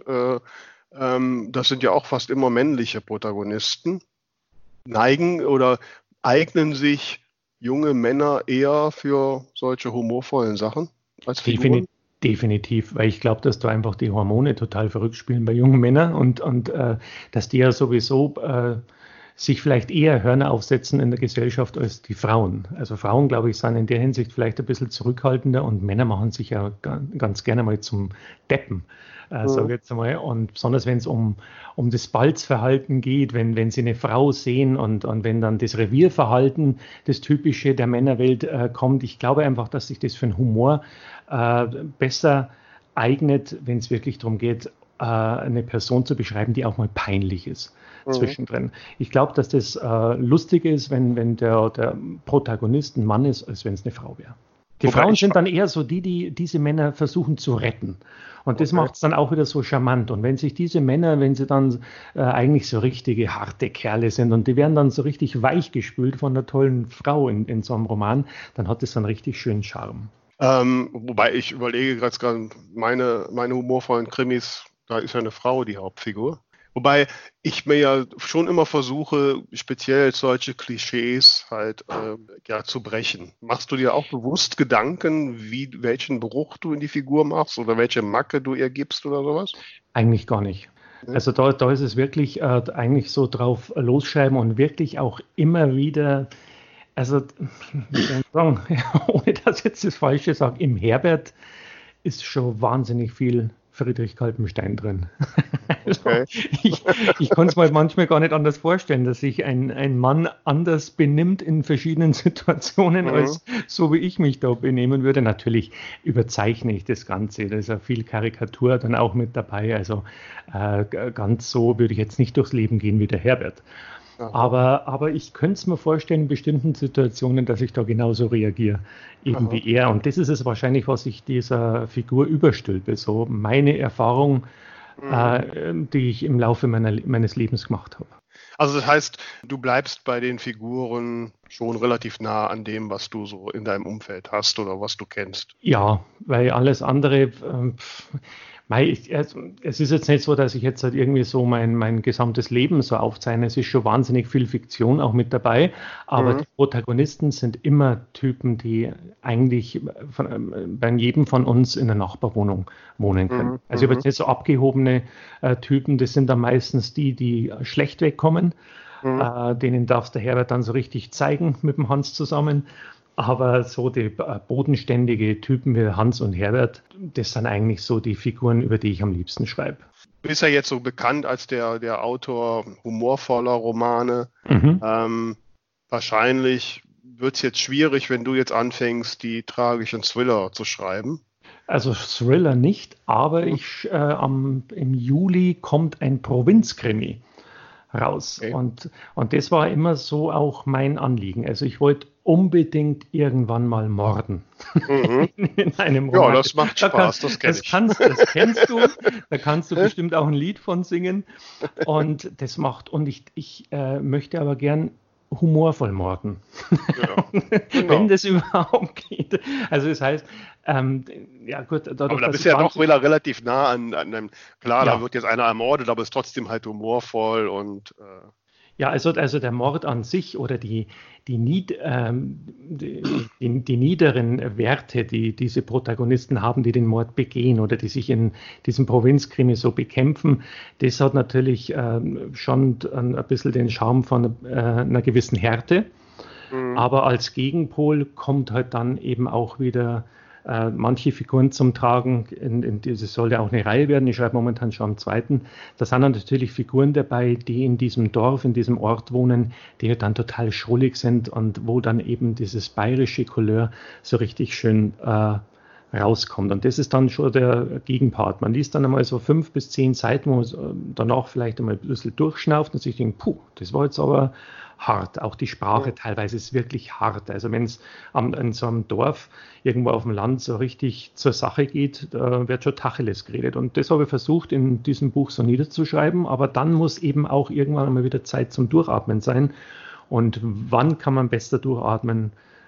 A: Das sind ja auch fast immer männliche Protagonisten. Eignen sich junge Männer eher für solche humorvollen Sachen als Figuren?
E: Definitiv, weil ich glaube, dass da einfach die Hormone total verrückt spielen bei jungen Männern und dass die ja sowieso sich vielleicht eher Hörner aufsetzen in der Gesellschaft als die Frauen. Also Frauen, glaube ich, sind in der Hinsicht vielleicht ein bisschen zurückhaltender und Männer machen sich ja ganz gerne mal zum Deppen, sage ich jetzt einmal. Und besonders wenn es um das Balzverhalten geht, wenn sie eine Frau sehen und wenn dann das Revierverhalten, das Typische der Männerwelt kommt. Ich glaube einfach, dass sich das für den Humor besser eignet, wenn es wirklich darum geht, eine Person zu beschreiben, die auch mal peinlich ist zwischendrin. Ich glaube, dass das lustiger ist, wenn der Protagonist ein Mann ist, als wenn es eine Frau wäre. Die Frauen sind dann eher so die diese Männer versuchen zu retten. Und das macht es dann auch wieder so charmant. Und wenn sich diese Männer, wenn sie dann eigentlich so richtige harte Kerle sind und die werden dann so richtig weichgespült von einer tollen Frau in so einem Roman, dann hat das einen richtig schönen Charme.
A: Wobei ich überlege gerade, meine humorvollen Krimis, da ist ja eine Frau die Hauptfigur. Wobei ich mir ja schon immer versuche, speziell solche Klischees halt zu brechen. Machst du dir auch bewusst Gedanken, welchen Bruch du in die Figur machst oder welche Macke du ihr gibst oder sowas?
E: Eigentlich gar nicht. Also da ist es wirklich eigentlich so drauf losschreiben und wirklich auch immer wieder, also wie soll ich sagen, ohne dass ich jetzt das Falsche sage, im Herbert ist schon wahnsinnig viel Friedrich Kalpenstein drin.
A: Okay.
E: Also ich kann es mir manchmal gar nicht anders vorstellen, dass sich ein Mann anders benimmt in verschiedenen Situationen, als so wie ich mich da benehmen würde. Natürlich überzeichne ich das Ganze, da ist ja viel Karikatur dann auch mit dabei, also ganz so würde ich jetzt nicht durchs Leben gehen wie der Herbert. Aber ich könnte es mir vorstellen, in bestimmten Situationen, dass ich da genauso reagiere, eben wie er. Und das ist es wahrscheinlich, was ich dieser Figur überstülpe. So meine Erfahrung, die ich im Laufe meines Lebens gemacht habe.
A: Also das heißt, du bleibst bei den Figuren schon relativ nah an dem, was du so in deinem Umfeld hast oder was du kennst.
E: Ja, weil alles andere, Es ist jetzt nicht so, dass ich jetzt halt irgendwie so mein gesamtes Leben so aufzeichne. Es ist schon wahnsinnig viel Fiktion auch mit dabei, aber die Protagonisten sind immer Typen, die eigentlich bei jedem von uns in der Nachbarwohnung wohnen können. Also ich habe jetzt nicht so abgehobene Typen, das sind dann meistens die schlecht wegkommen. Denen darf der Herbert dann so richtig zeigen mit dem Hans zusammen. Aber so die bodenständige Typen wie Hans und Herbert, das sind eigentlich so die Figuren, über die ich am liebsten schreibe.
A: Du bist ja jetzt so bekannt als der Autor humorvoller Romane. Wahrscheinlich wird es jetzt schwierig, wenn du jetzt anfängst, die tragischen Thriller zu schreiben.
E: Also Thriller nicht, aber im Juli kommt ein Provinzkrimi raus. Okay. Und das war immer so auch mein Anliegen. Also ich wollte unbedingt irgendwann mal morden. In einem Roman.
A: Ja, das macht Spaß, das kenne ich.
E: Das kennst du, da kannst du bestimmt auch ein Lied von singen. Und das macht, und ich möchte aber gern humorvoll morden. Ja, genau. Wenn das überhaupt geht. Also das heißt, ja gut.
A: Aber da bist du ja doch relativ nah an einem, klar, ja. Da wird jetzt einer ermordet, aber es ist trotzdem halt humorvoll und
E: ja, also der Mord an sich oder die niederen Werte, die diese Protagonisten haben, die den Mord begehen oder die sich in diesem Provinzkrimi so bekämpfen, das hat natürlich schon ein bisschen den Charme von einer gewissen Härte. Aber als Gegenpol kommt halt dann eben auch wieder manche Figuren zum Tragen. Das soll ja auch eine Reihe werden. Ich schreibe momentan schon am 2. Da sind dann natürlich Figuren dabei, die in diesem Dorf, in diesem Ort wohnen, die dann total schrullig sind und wo dann eben dieses bayerische Couleur so richtig schön rauskommt. Und das ist dann schon der Gegenpart. Man liest dann einmal so 5 bis 10 Seiten, wo man danach vielleicht einmal ein bisschen durchschnauft und sich denkt, puh, das war jetzt aber hart. Auch die Sprache teilweise ist wirklich hart. Also wenn es in so einem Dorf irgendwo auf dem Land so richtig zur Sache geht, da wird schon Tacheles geredet. Und das habe ich versucht, in diesem Buch so niederzuschreiben. Aber dann muss eben auch irgendwann einmal wieder Zeit zum Durchatmen sein. Und wann kann man besser durchatmen,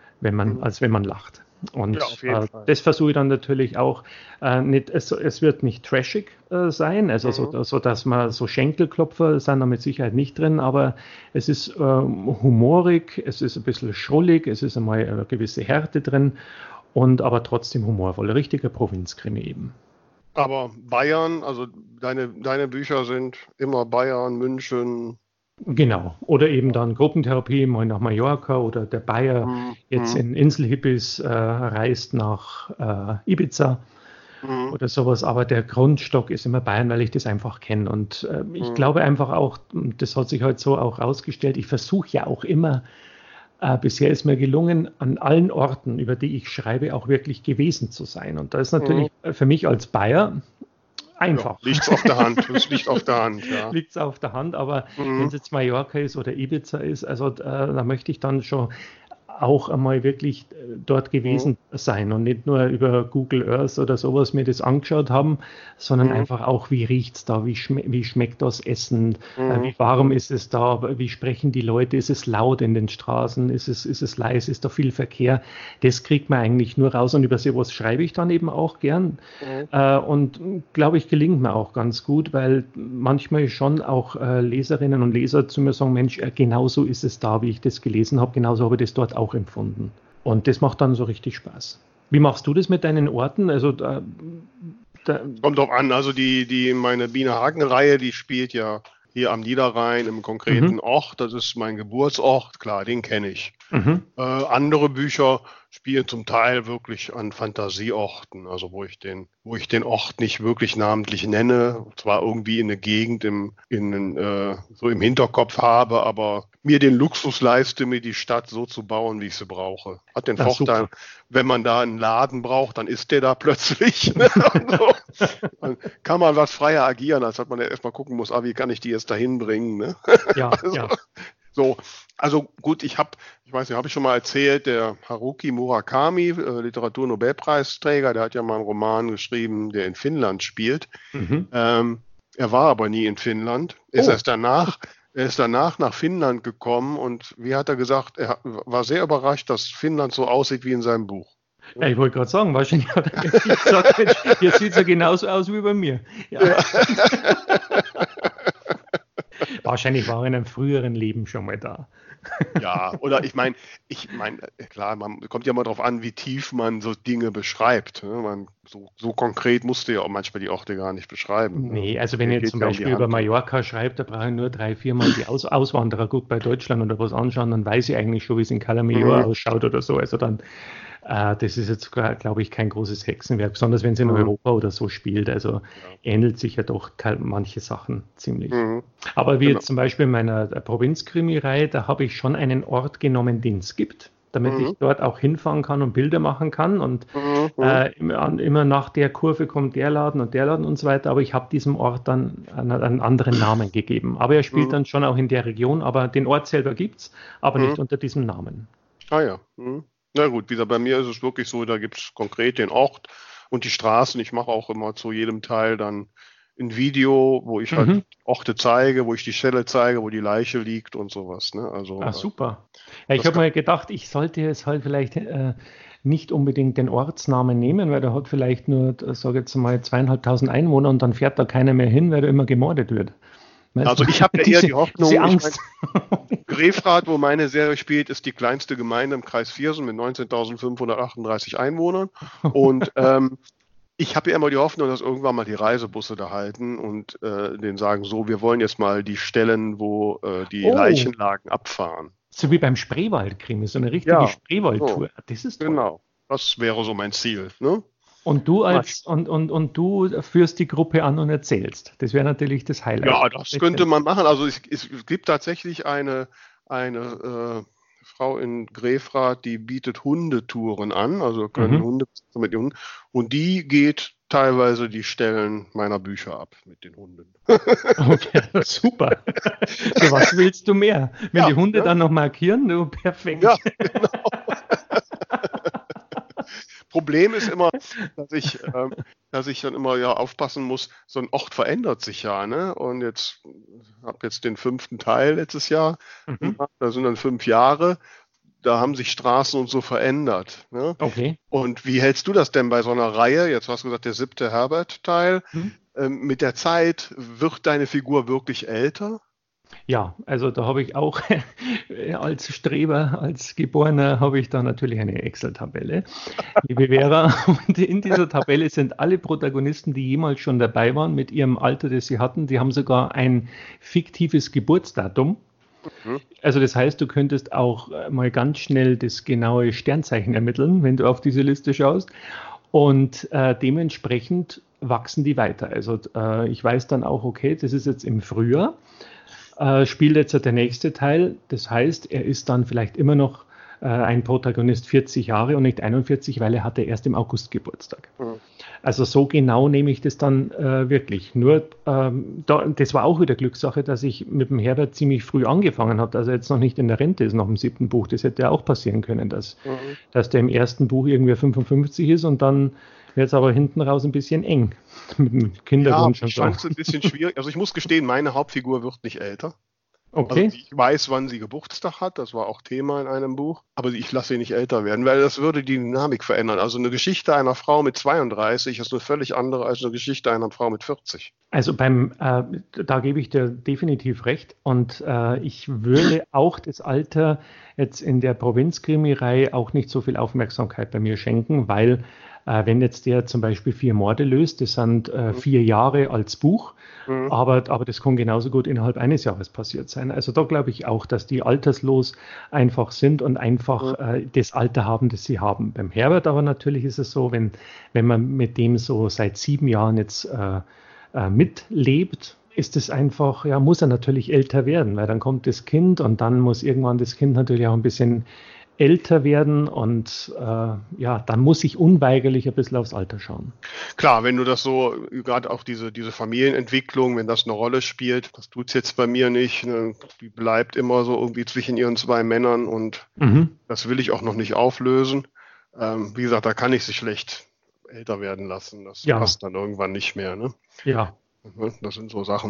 E: als wenn man lacht? Und ja, das versuche ich dann natürlich auch nicht, es wird nicht trashig sein, also so dass man so Schenkelklopfer sind da mit Sicherheit nicht drin, aber es ist humorig, es ist ein bisschen schrullig, es ist einmal eine gewisse Härte drin und aber trotzdem humorvoll, richtiger Provinzkrimi eben.
A: Aber Bayern, also deine Bücher sind immer Bayern, München.
E: Genau, oder eben dann Gruppentherapie mal nach Mallorca oder der Bayer jetzt in Inselhippies reist nach Ibiza oder sowas, aber der Grundstock ist immer Bayern, weil ich das einfach kenne und ich glaube einfach auch, das hat sich halt so auch rausgestellt, ich versuche ja auch immer, bisher ist mir gelungen, an allen Orten, über die ich schreibe, auch wirklich gewesen zu sein und da ist natürlich für mich als Bayer einfach.
A: Ja, liegt's auf der Hand. Das liegt auf der Hand, ja.
E: Liegt's auf der Hand, aber wenn es jetzt Mallorca ist oder Ibiza ist, also da möchte ich dann schon auch einmal wirklich dort gewesen sein und nicht nur über Google Earth oder sowas mir das angeschaut haben, sondern einfach auch, wie riecht's da, wie schmeckt das Essen, wie warm ist es da, wie sprechen die Leute, ist es laut in den Straßen, ist es leise, ist da viel Verkehr, das kriegt man eigentlich nur raus und über sowas schreibe ich dann eben auch gern und glaube ich, gelingt mir auch ganz gut, weil manchmal schon auch Leserinnen und Leser zu mir sagen, Mensch, genauso ist es da, wie ich das gelesen habe, genauso habe ich das dort auch empfunden. Und das macht dann so richtig Spaß. Wie machst du das mit deinen Orten? Also
A: kommt drauf an, also meine Biene Hagen-Reihe, die spielt ja hier am Niederrhein im konkreten Ort, das ist mein Geburtsort, klar, den kenne ich. Andere Bücher spielen zum Teil wirklich an Fantasieorten, also wo ich den Ort nicht wirklich namentlich nenne, zwar irgendwie in eine Gegend so im Hinterkopf habe, aber mir den Luxus leiste, mir die Stadt so zu bauen, wie ich sie brauche. Hat den Vorteil, super. Wenn man da einen Laden braucht, dann ist der da plötzlich. Ne? So. Dann kann man was freier agieren, als dass man ja erstmal gucken muss, wie kann ich die jetzt dahin bringen. Ne?
E: Ja, ja.
A: So, also gut, ich weiß nicht, habe ich schon mal erzählt, der Haruki Murakami, Literaturnobelpreisträger, der hat ja mal einen Roman geschrieben, der in Finnland spielt. Er war aber nie in Finnland, er ist danach nach Finnland gekommen und wie hat er gesagt, er war sehr überrascht, dass Finnland so aussieht wie in seinem Buch.
E: Ja, ich wollte gerade sagen, wahrscheinlich hat er gesagt, Mensch, hier sieht es ja genauso aus wie bei mir. Ja. Wahrscheinlich war er in einem früheren Leben schon mal da.
A: Ja, oder ich meine, klar, man kommt ja mal drauf an, wie tief man so Dinge beschreibt. Ne? So konkret musst du ja auch manchmal die Orte gar nicht beschreiben. Ne?
E: Nee, also wenn
A: Mir
E: ich jetzt
A: geht's
E: zum
A: ja um die
E: Beispiel über
A: Handlung.
E: Mallorca schreibe, da brauche ich nur 3, 4 Mal die Auswanderer gut bei Deutschland oder was anschauen, dann weiß ich eigentlich schon, wie es in Cala Major
A: Mhm.
E: ausschaut oder so. Also dann, das ist jetzt, glaube ich, kein großes Hexenwerk, besonders wenn es in
A: Mhm.
E: Europa oder so spielt. Also
A: Ja.
E: ähnelt sich ja doch manche Sachen ziemlich.
A: Mhm.
E: Aber wie
A: Genau.
E: jetzt zum Beispiel in meiner Provinzkrimi-Reihe, da habe ich schon einen Ort genommen, den es gibt, damit ich
A: Mhm.
E: dort auch hinfahren kann und Bilder machen kann. Und
A: Mhm. Mhm.
E: immer nach der Kurve kommt der Laden und so weiter. Aber ich habe diesem Ort dann einen anderen Namen gegeben. Aber er spielt
A: Mhm.
E: dann schon auch in der Region. Aber den Ort selber gibt es, aber nicht
A: Mhm.
E: unter diesem Namen.
A: Ah ja. Mhm. Na gut, wie gesagt, bei mir ist es wirklich so, da gibt es konkret den Ort und die Straßen. Ich mache auch immer zu jedem Teil dann ein Video, wo ich halt
E: Mhm.
A: Orte zeige, wo ich die Stelle zeige, wo die Leiche liegt und sowas. Ne? Also
E: Ah, super. Ja, ich
A: das
E: habe
A: kann.
E: mal gedacht, ich sollte jetzt halt vielleicht nicht unbedingt den Ortsnamen nehmen, weil der hat vielleicht nur, sage jetzt mal, 2.500 Einwohner und dann fährt da keiner mehr hin, weil da immer gemordet wird. Weißt du?
A: Also ich habe ja eher
E: Diese,
A: die
E: diese
A: Hoffnung, ich meine,
E: Angst.
A: Grefrath, wo meine Serie spielt, ist die kleinste Gemeinde im Kreis Viersen mit 19.538 Einwohnern. Und ich habe ja immer die Hoffnung, dass irgendwann mal die Reisebusse da halten und denen sagen, so, wir wollen jetzt mal die Stellen, wo die
E: Oh,
A: Leichenlagen abfahren.
E: so wie beim Spreewaldkrimi, so eine richtige
A: Ja, so,
E: Spreewaldtour. Das ist toll.
A: genau. Das wäre so mein Ziel. Ne?
E: Und du
A: Mal
E: und du führst die Gruppe an und erzählst. Das wäre natürlich das Highlight.
A: Ja, das könnte man machen. Also es gibt tatsächlich eine Frau in Grefrath, die bietet Hundetouren an, also können
E: Mhm.
A: Hunde mit den Hunden, und die geht teilweise die Stellen meiner Bücher ab mit den Hunden.
E: Okay, super. Für was willst du mehr? Wenn die
A: Ja,
E: Hunde
A: ne?
E: dann noch markieren, du perfekt.
A: Ja. Problem ist immer, dass ich dann immer ja aufpassen muss, so ein Ort verändert sich ja, ne? Und jetzt habe jetzt den 5. Teil letztes Jahr
E: Mhm.
A: gemacht, da sind dann 5 Jahre, da haben sich Straßen und so verändert, ne?
E: Okay.
A: Und wie hältst du das denn bei so einer Reihe? Jetzt hast du gesagt, der 7. Herbert-Teil.
E: Mhm.
A: Mit der Zeit wird deine Figur wirklich älter?
E: Ja, also da habe ich auch als Streber, als Geborener, habe ich da natürlich eine Excel-Tabelle, liebe Vera. Und in dieser Tabelle sind alle Protagonisten, die jemals schon dabei waren, mit ihrem Alter, das sie hatten. Die haben sogar ein fiktives Geburtsdatum.
A: Mhm.
E: Also das heißt, du könntest auch mal ganz schnell das genaue Sternzeichen ermitteln, wenn du auf diese Liste schaust. Und dementsprechend wachsen die weiter. Also ich weiß dann auch, okay, das ist jetzt im Frühjahr, spielt jetzt der nächste Teil. Das heißt, er ist dann vielleicht immer noch ein Protagonist 40 Jahre und nicht 41, weil er hatte erst im August Geburtstag.
A: Mhm.
E: Also so genau nehme ich das dann wirklich. Nur, das war auch wieder Glückssache, dass ich mit dem Herbert ziemlich früh angefangen habe, dass er jetzt noch nicht in der Rente ist nach dem 7. Buch. Das hätte ja auch passieren können,
A: Mhm.
E: dass der im ersten Buch irgendwie 55 ist und dann wird es aber hinten raus ein bisschen eng mit dem
A: Ja,
E: Kinderwunsch
A: die
E: und so.
A: Chance ist ein bisschen schwierig. Also ich muss gestehen, meine Hauptfigur wird nicht älter. Also
E: Okay.
A: ich weiß, wann sie Geburtstag hat, das war auch Thema in einem Buch, aber ich lasse sie nicht älter werden, weil das würde die Dynamik verändern. Also eine Geschichte einer Frau mit 32 ist eine völlig andere als eine Geschichte einer Frau mit 40.
E: Also da gebe ich dir definitiv recht. Und ich würde auch das Alter jetzt in der Provinzkrimi-Reihe auch nicht so viel Aufmerksamkeit bei mir schenken, weil wenn jetzt der zum Beispiel 4 Morde löst, das sind 4 Jahre als Buch,
A: Mhm.
E: aber das kann genauso gut innerhalb eines Jahres passiert sein. Also da glaube ich auch, dass die alterslos einfach sind und einfach das Alter haben, das sie haben. Beim Herbert aber natürlich ist es so, wenn man mit dem so seit 7 Jahren jetzt mitlebt, ist es einfach, ja, muss er natürlich älter werden, weil dann kommt das Kind und dann muss irgendwann das Kind natürlich auch ein bisschen älter werden und ja, dann muss ich unweigerlich ein bisschen aufs Alter schauen.
A: Klar, wenn du das so, gerade auch diese Familienentwicklung, wenn das eine Rolle spielt, das tut es jetzt bei mir nicht, ne? Die bleibt immer so irgendwie zwischen ihren 2 Männern und das will ich auch noch nicht auflösen. Wie gesagt, da kann ich sie schlecht älter werden lassen. Das
E: Ja,
A: passt dann irgendwann nicht mehr. Ne?
E: ja.
A: Das sind so Sachen.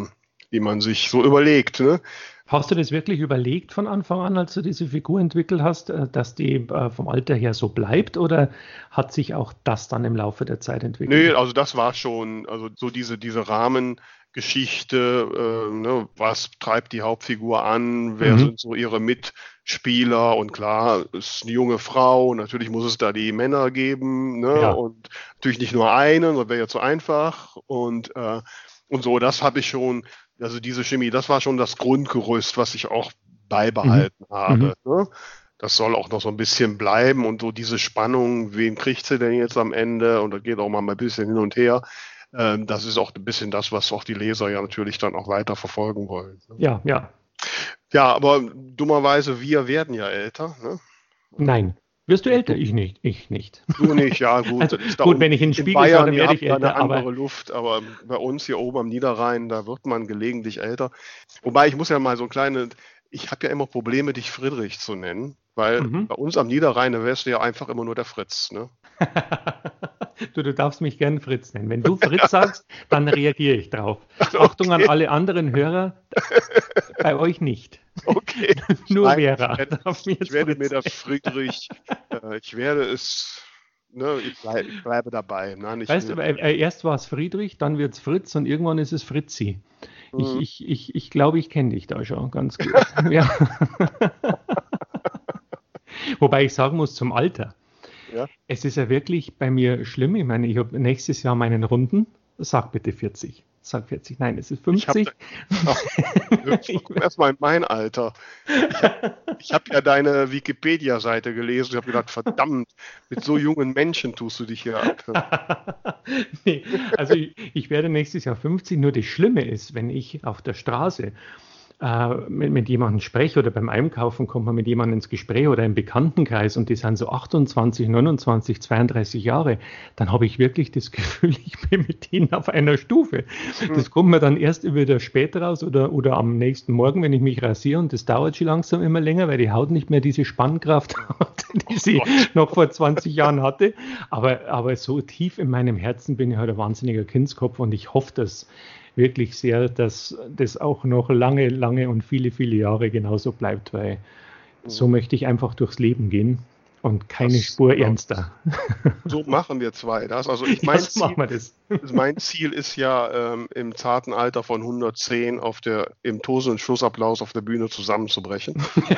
A: die man sich so überlegt, ne?
E: Hast du das wirklich überlegt von Anfang an, als du diese Figur entwickelt hast, dass die vom Alter her so bleibt, oder hat sich auch das dann im Laufe der Zeit entwickelt?
A: Nee, also das war schon, also so diese Rahmengeschichte, ne, was treibt die Hauptfigur an, wer sind so ihre Mitspieler, und klar, es ist eine junge Frau, natürlich muss es da die Männer geben, ne,
E: Ja.
A: und natürlich nicht nur einen, das wäre ja zu einfach, und so, das habe ich schon, also diese Chemie, das war schon das Grundgerüst, was ich auch beibehalten habe, ne? Das soll auch noch so ein bisschen bleiben, und so diese Spannung, wen kriegt sie denn jetzt am Ende? Und da geht auch mal ein bisschen hin und her. Das ist auch ein bisschen das, was auch die Leser ja natürlich dann auch weiter verfolgen wollen, ne?
E: Ja, ja.
A: Ja, aber dummerweise, wir werden ja älter, ne?
E: Nein. Wirst du älter? Ich nicht. Ich nicht.
A: Du nicht, ja gut.
E: Also,
A: Das ist da
E: gut,
A: unten
E: wenn ich in den
A: in
E: Spiegel
A: Bayern,
E: schaue, dann
A: ihr
E: werde
A: habt
E: ich
A: da eine
E: älter, aber
A: andere Luft, aber bei uns hier oben am Niederrhein, da wird man gelegentlich älter. Wobei, ich muss ja mal so ich habe ja immer Probleme, dich Friedrich zu nennen, weil bei uns am Niederrhein, da wärst du ja einfach immer nur der Fritz, ne?
E: Du darfst mich gern Fritz nennen. Wenn du Fritz sagst, dann reagiere ich drauf. Achtung an alle anderen Hörer, bei euch nicht.
A: Okay.
E: Nur
A: Nein,
E: Vera.
A: ich werde mir das Friedrich, ich werde es, ne, ich bleibe dabei. Nein,
E: Weißt du, erst war es Friedrich, dann wird es Fritz und irgendwann ist es Fritzi. Ich glaube, ich kenne dich da schon ganz gut. Ja. Wobei ich sagen muss, zum Alter.
A: Ja.
E: Es ist ja wirklich bei mir schlimm. Ich meine, ich habe nächstes Jahr meinen Runden. Sag bitte 40. Sag 40. Nein, es ist 50.
A: Guck erstmal in mein Alter. Ich hab ja deine Wikipedia-Seite gelesen. Ich habe gedacht, verdammt, mit so jungen Menschen tust du dich hier ab.
E: Nee, also ich werde nächstes Jahr 50. Nur das Schlimme ist, wenn ich auf der Straße mit jemandem spreche oder beim Einkaufen kommt man mit jemandem ins Gespräch oder im Bekanntenkreis und die sind so 28, 29, 32 Jahre, dann habe ich wirklich das Gefühl, ich bin mit denen auf einer Stufe. Das kommt mir dann erst wieder später raus oder am nächsten Morgen, wenn ich mich rasiere, und das dauert schon langsam immer länger, weil die Haut nicht mehr diese Spannkraft hat, die sie noch vor 20 Jahren hatte. Aber so tief in meinem Herzen bin ich halt ein wahnsinniger Kindskopf und ich hoffe, dass wirklich sehr, dass das auch noch lange, lange und viele, viele Jahre genauso bleibt, weil so möchte ich einfach durchs Leben gehen und keine Spur ernster.
A: So machen wir zwei das. Also mein Ziel ist ja, im zarten Alter von 110 im Tosen- und Schlussapplaus auf der Bühne zusammenzubrechen.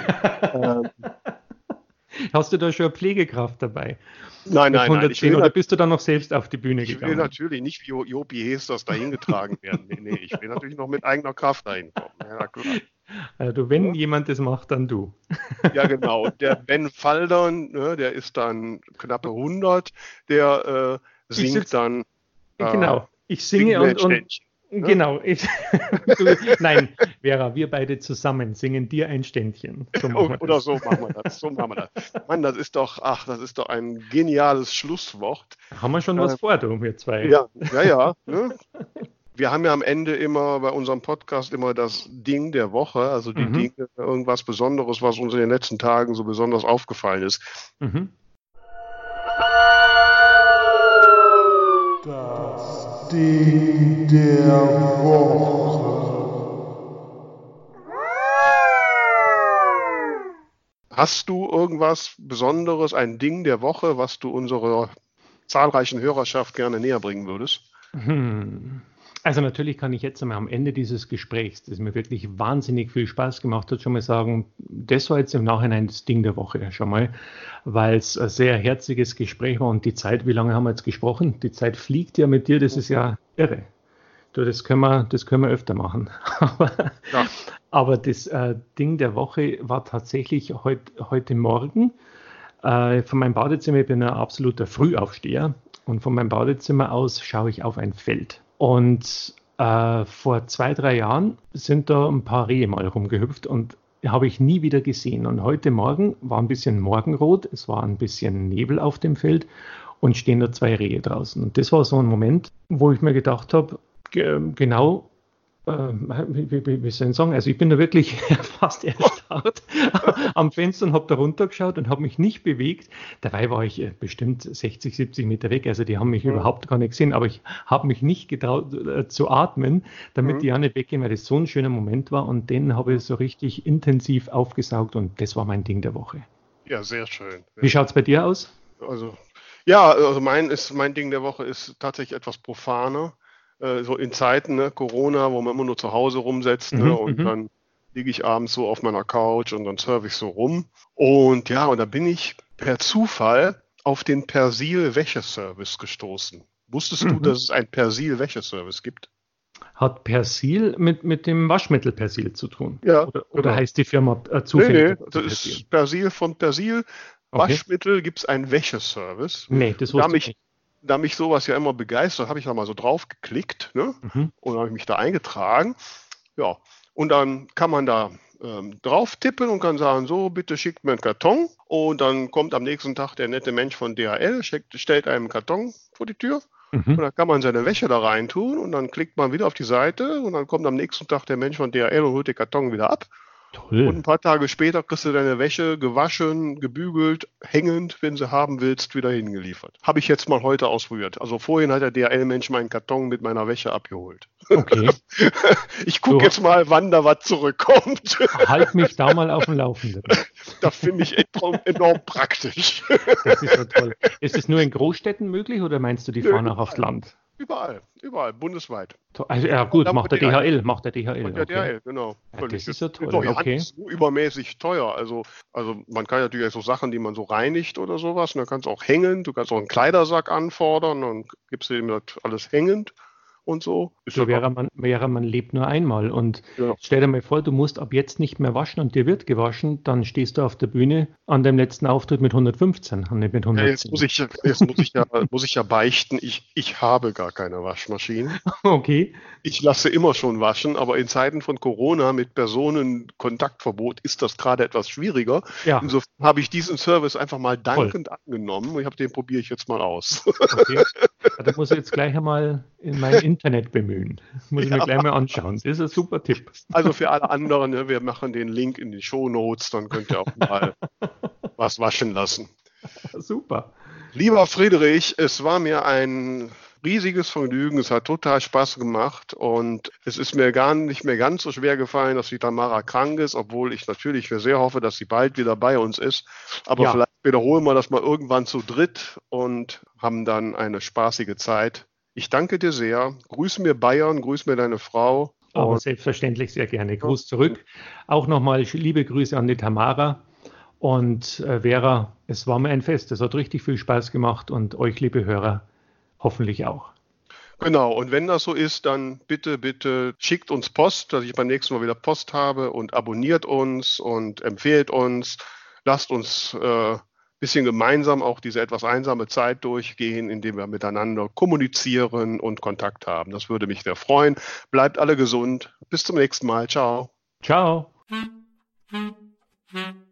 E: Hast du da schon eine Pflegekraft dabei?
A: Nein.
E: Oder bist du dann noch selbst auf die Bühne gegangen?
A: Ich will natürlich nicht wie Jopi Hesters dahin getragen werden. Nee, ich will natürlich noch mit eigener Kraft dahin kommen. Ja, klar.
E: Also wenn jemand das macht, dann du.
A: Ja, genau. Der Ben Faldern, ne, der ist dann knappe 100, der singt dann.
E: Genau, ich singe und genau. Nein, Vera, wir beide zusammen singen dir ein Ständchen. So machen
A: wir das. Mann, das ist doch ein geniales Schlusswort.
E: Haben wir schon was vor, du, wir zwei?
A: Ja. Ne? Wir haben ja am Ende immer bei unserem Podcast immer das Ding der Woche, also die Dinge, irgendwas Besonderes, was uns in den letzten Tagen so besonders aufgefallen ist.
B: Das Ding der Woche.
A: Hast du irgendwas Besonderes, ein Ding der Woche, was du unserer zahlreichen Hörerschaft gerne näher bringen würdest?
E: Also natürlich kann ich jetzt einmal am Ende dieses Gesprächs, das mir wirklich wahnsinnig viel Spaß gemacht hat, schon mal sagen, das war jetzt im Nachhinein das Ding der Woche schon mal, weil es ein sehr herziges Gespräch war und die Zeit, wie lange haben wir jetzt gesprochen? Die Zeit fliegt ja mit dir, das ist ja irre. Du, das können wir öfter machen. Aber das Ding der Woche war tatsächlich heute Morgen von meinem Badezimmer. Ich bin ein absoluter Frühaufsteher und von meinem Badezimmer aus schaue ich auf ein Feld. Und vor 2-3 Jahren sind da ein paar Rehe mal rumgehüpft und habe ich nie wieder gesehen. Und heute Morgen war ein bisschen Morgenrot, es war ein bisschen Nebel auf dem Feld und stehen da 2 Rehe draußen. Und das war so ein Moment, wo ich mir gedacht habe, genau Wie soll ich sagen? Also ich bin da wirklich fast erstarrt am Fenster und habe da runtergeschaut und habe mich nicht bewegt. Dabei war ich bestimmt 60, 70 Meter weg. Also die haben mich überhaupt gar nicht gesehen, aber ich habe mich nicht getraut zu atmen, damit die ja nicht weggehen, weil das so ein schöner Moment war und den habe ich so richtig intensiv aufgesaugt und das war mein Ding der Woche.
A: Ja, sehr schön.
E: Wie schaut es bei dir aus?
A: Also, ja, also mein Ding der Woche ist tatsächlich etwas profaner. So in Zeiten, ne, Corona, wo man immer nur zu Hause rumsetzt, ne, und dann liege ich abends so auf meiner Couch und dann surfe ich so rum. Und ja, und da bin ich per Zufall auf den Persil-Wäscheservice gestoßen. Wusstest du, dass es einen Persil-Wäscheservice gibt?
E: Hat Persil mit dem Waschmittel Persil zu tun?
A: Ja,
E: Oder
A: genau.
E: heißt die Firma zufällig?
A: Nee, das ist Persil von Persil.
E: Okay.
A: Waschmittel gibt es einen Wäscheservice.
E: Nee, das wusste ich nicht.
A: Da mich sowas ja immer begeistert, habe ich da mal so drauf geklickt, ne? Und habe ich mich da eingetragen. Ja, und dann kann man da drauf tippen und kann sagen, so, bitte schickt mir einen Karton. Und dann kommt am nächsten Tag der nette Mensch von DHL, stellt einem einen Karton vor die Tür. Und dann kann man seine Wäsche da rein tun und dann klickt man wieder auf die Seite und dann kommt am nächsten Tag der Mensch von DHL und holt den Karton wieder ab.
E: Toll.
A: Und ein paar Tage später kriegst du deine Wäsche gewaschen, gebügelt, hängend, wenn sie haben willst, wieder hingeliefert. Habe ich jetzt mal heute ausprobiert. Also vorhin hat der DHL-Mensch meinen Karton mit meiner Wäsche abgeholt.
E: Okay.
A: Ich gucke jetzt mal, wann da was zurückkommt.
E: Halt mich da mal auf dem Laufenden.
A: Das finde ich enorm praktisch.
E: Das ist ja toll. Ist es nur in Großstädten möglich oder meinst du, die fahren auch aufs Land?
A: Überall, bundesweit.
E: Also, ja gut,
A: Da,
E: macht der DHL. Macht der DHL.
A: Und der
E: Okay.
A: DHL, genau.
E: Ja, das ist ja toll.
A: doch ja
E: Okay.
A: nicht so übermäßig teuer. Also man kann natürlich so Sachen, die man so reinigt oder sowas, und dann kannst du auch hängen. Du kannst auch einen Kleidersack anfordern, dann gibst du ihm das alles hängend und so.
E: So wäre man lebt nur einmal. Und
A: Ja.
E: stell dir mal vor, du musst ab jetzt nicht mehr waschen und dir wird gewaschen, dann stehst du auf der Bühne an deinem letzten Auftritt mit 115 und nicht mit
A: Ja,
E: 110.
A: jetzt muss ich ja beichten, ich habe gar keine Waschmaschine.
E: Okay.
A: Ich lasse immer schon waschen, aber in Zeiten von Corona mit Personenkontaktverbot ist das gerade etwas schwieriger.
E: Ja.
A: Insofern habe ich diesen Service einfach mal dankend angenommen und den probiere ich jetzt mal aus.
E: Okay. Ja, da muss ich jetzt gleich einmal in mein Internet bemühen. Muss ich mir gleich mal anschauen. Das ist ein super Tipp.
A: Also für alle anderen, ne, wir machen den Link in die Shownotes, dann könnt ihr auch mal was waschen lassen.
E: Super.
A: Lieber Friedrich, es war mir ein riesiges Vergnügen, es hat total Spaß gemacht und es ist mir gar nicht mehr ganz so schwer gefallen, dass die Tamara krank ist, obwohl ich natürlich sehr hoffe, dass sie bald wieder bei uns ist. Aber
E: Ja.
A: vielleicht wiederholen wir das mal irgendwann zu dritt und haben dann eine spaßige Zeit. Ich danke dir sehr. Grüß mir Bayern, grüß mir deine Frau.
E: Aber selbstverständlich sehr gerne. Gruß zurück. Auch nochmal liebe Grüße an die Tamara. Und Vera, es war mir ein Fest. Es hat richtig viel Spaß gemacht und euch, liebe Hörer, hoffentlich auch.
A: Genau, und wenn das so ist, dann bitte schickt uns Post, dass ich beim nächsten Mal wieder Post habe und abonniert uns und empfehlt uns. Lasst uns ein bisschen gemeinsam auch diese etwas einsame Zeit durchgehen, indem wir miteinander kommunizieren und Kontakt haben. Das würde mich sehr freuen. Bleibt alle gesund. Bis zum nächsten Mal. Ciao.
E: Ciao.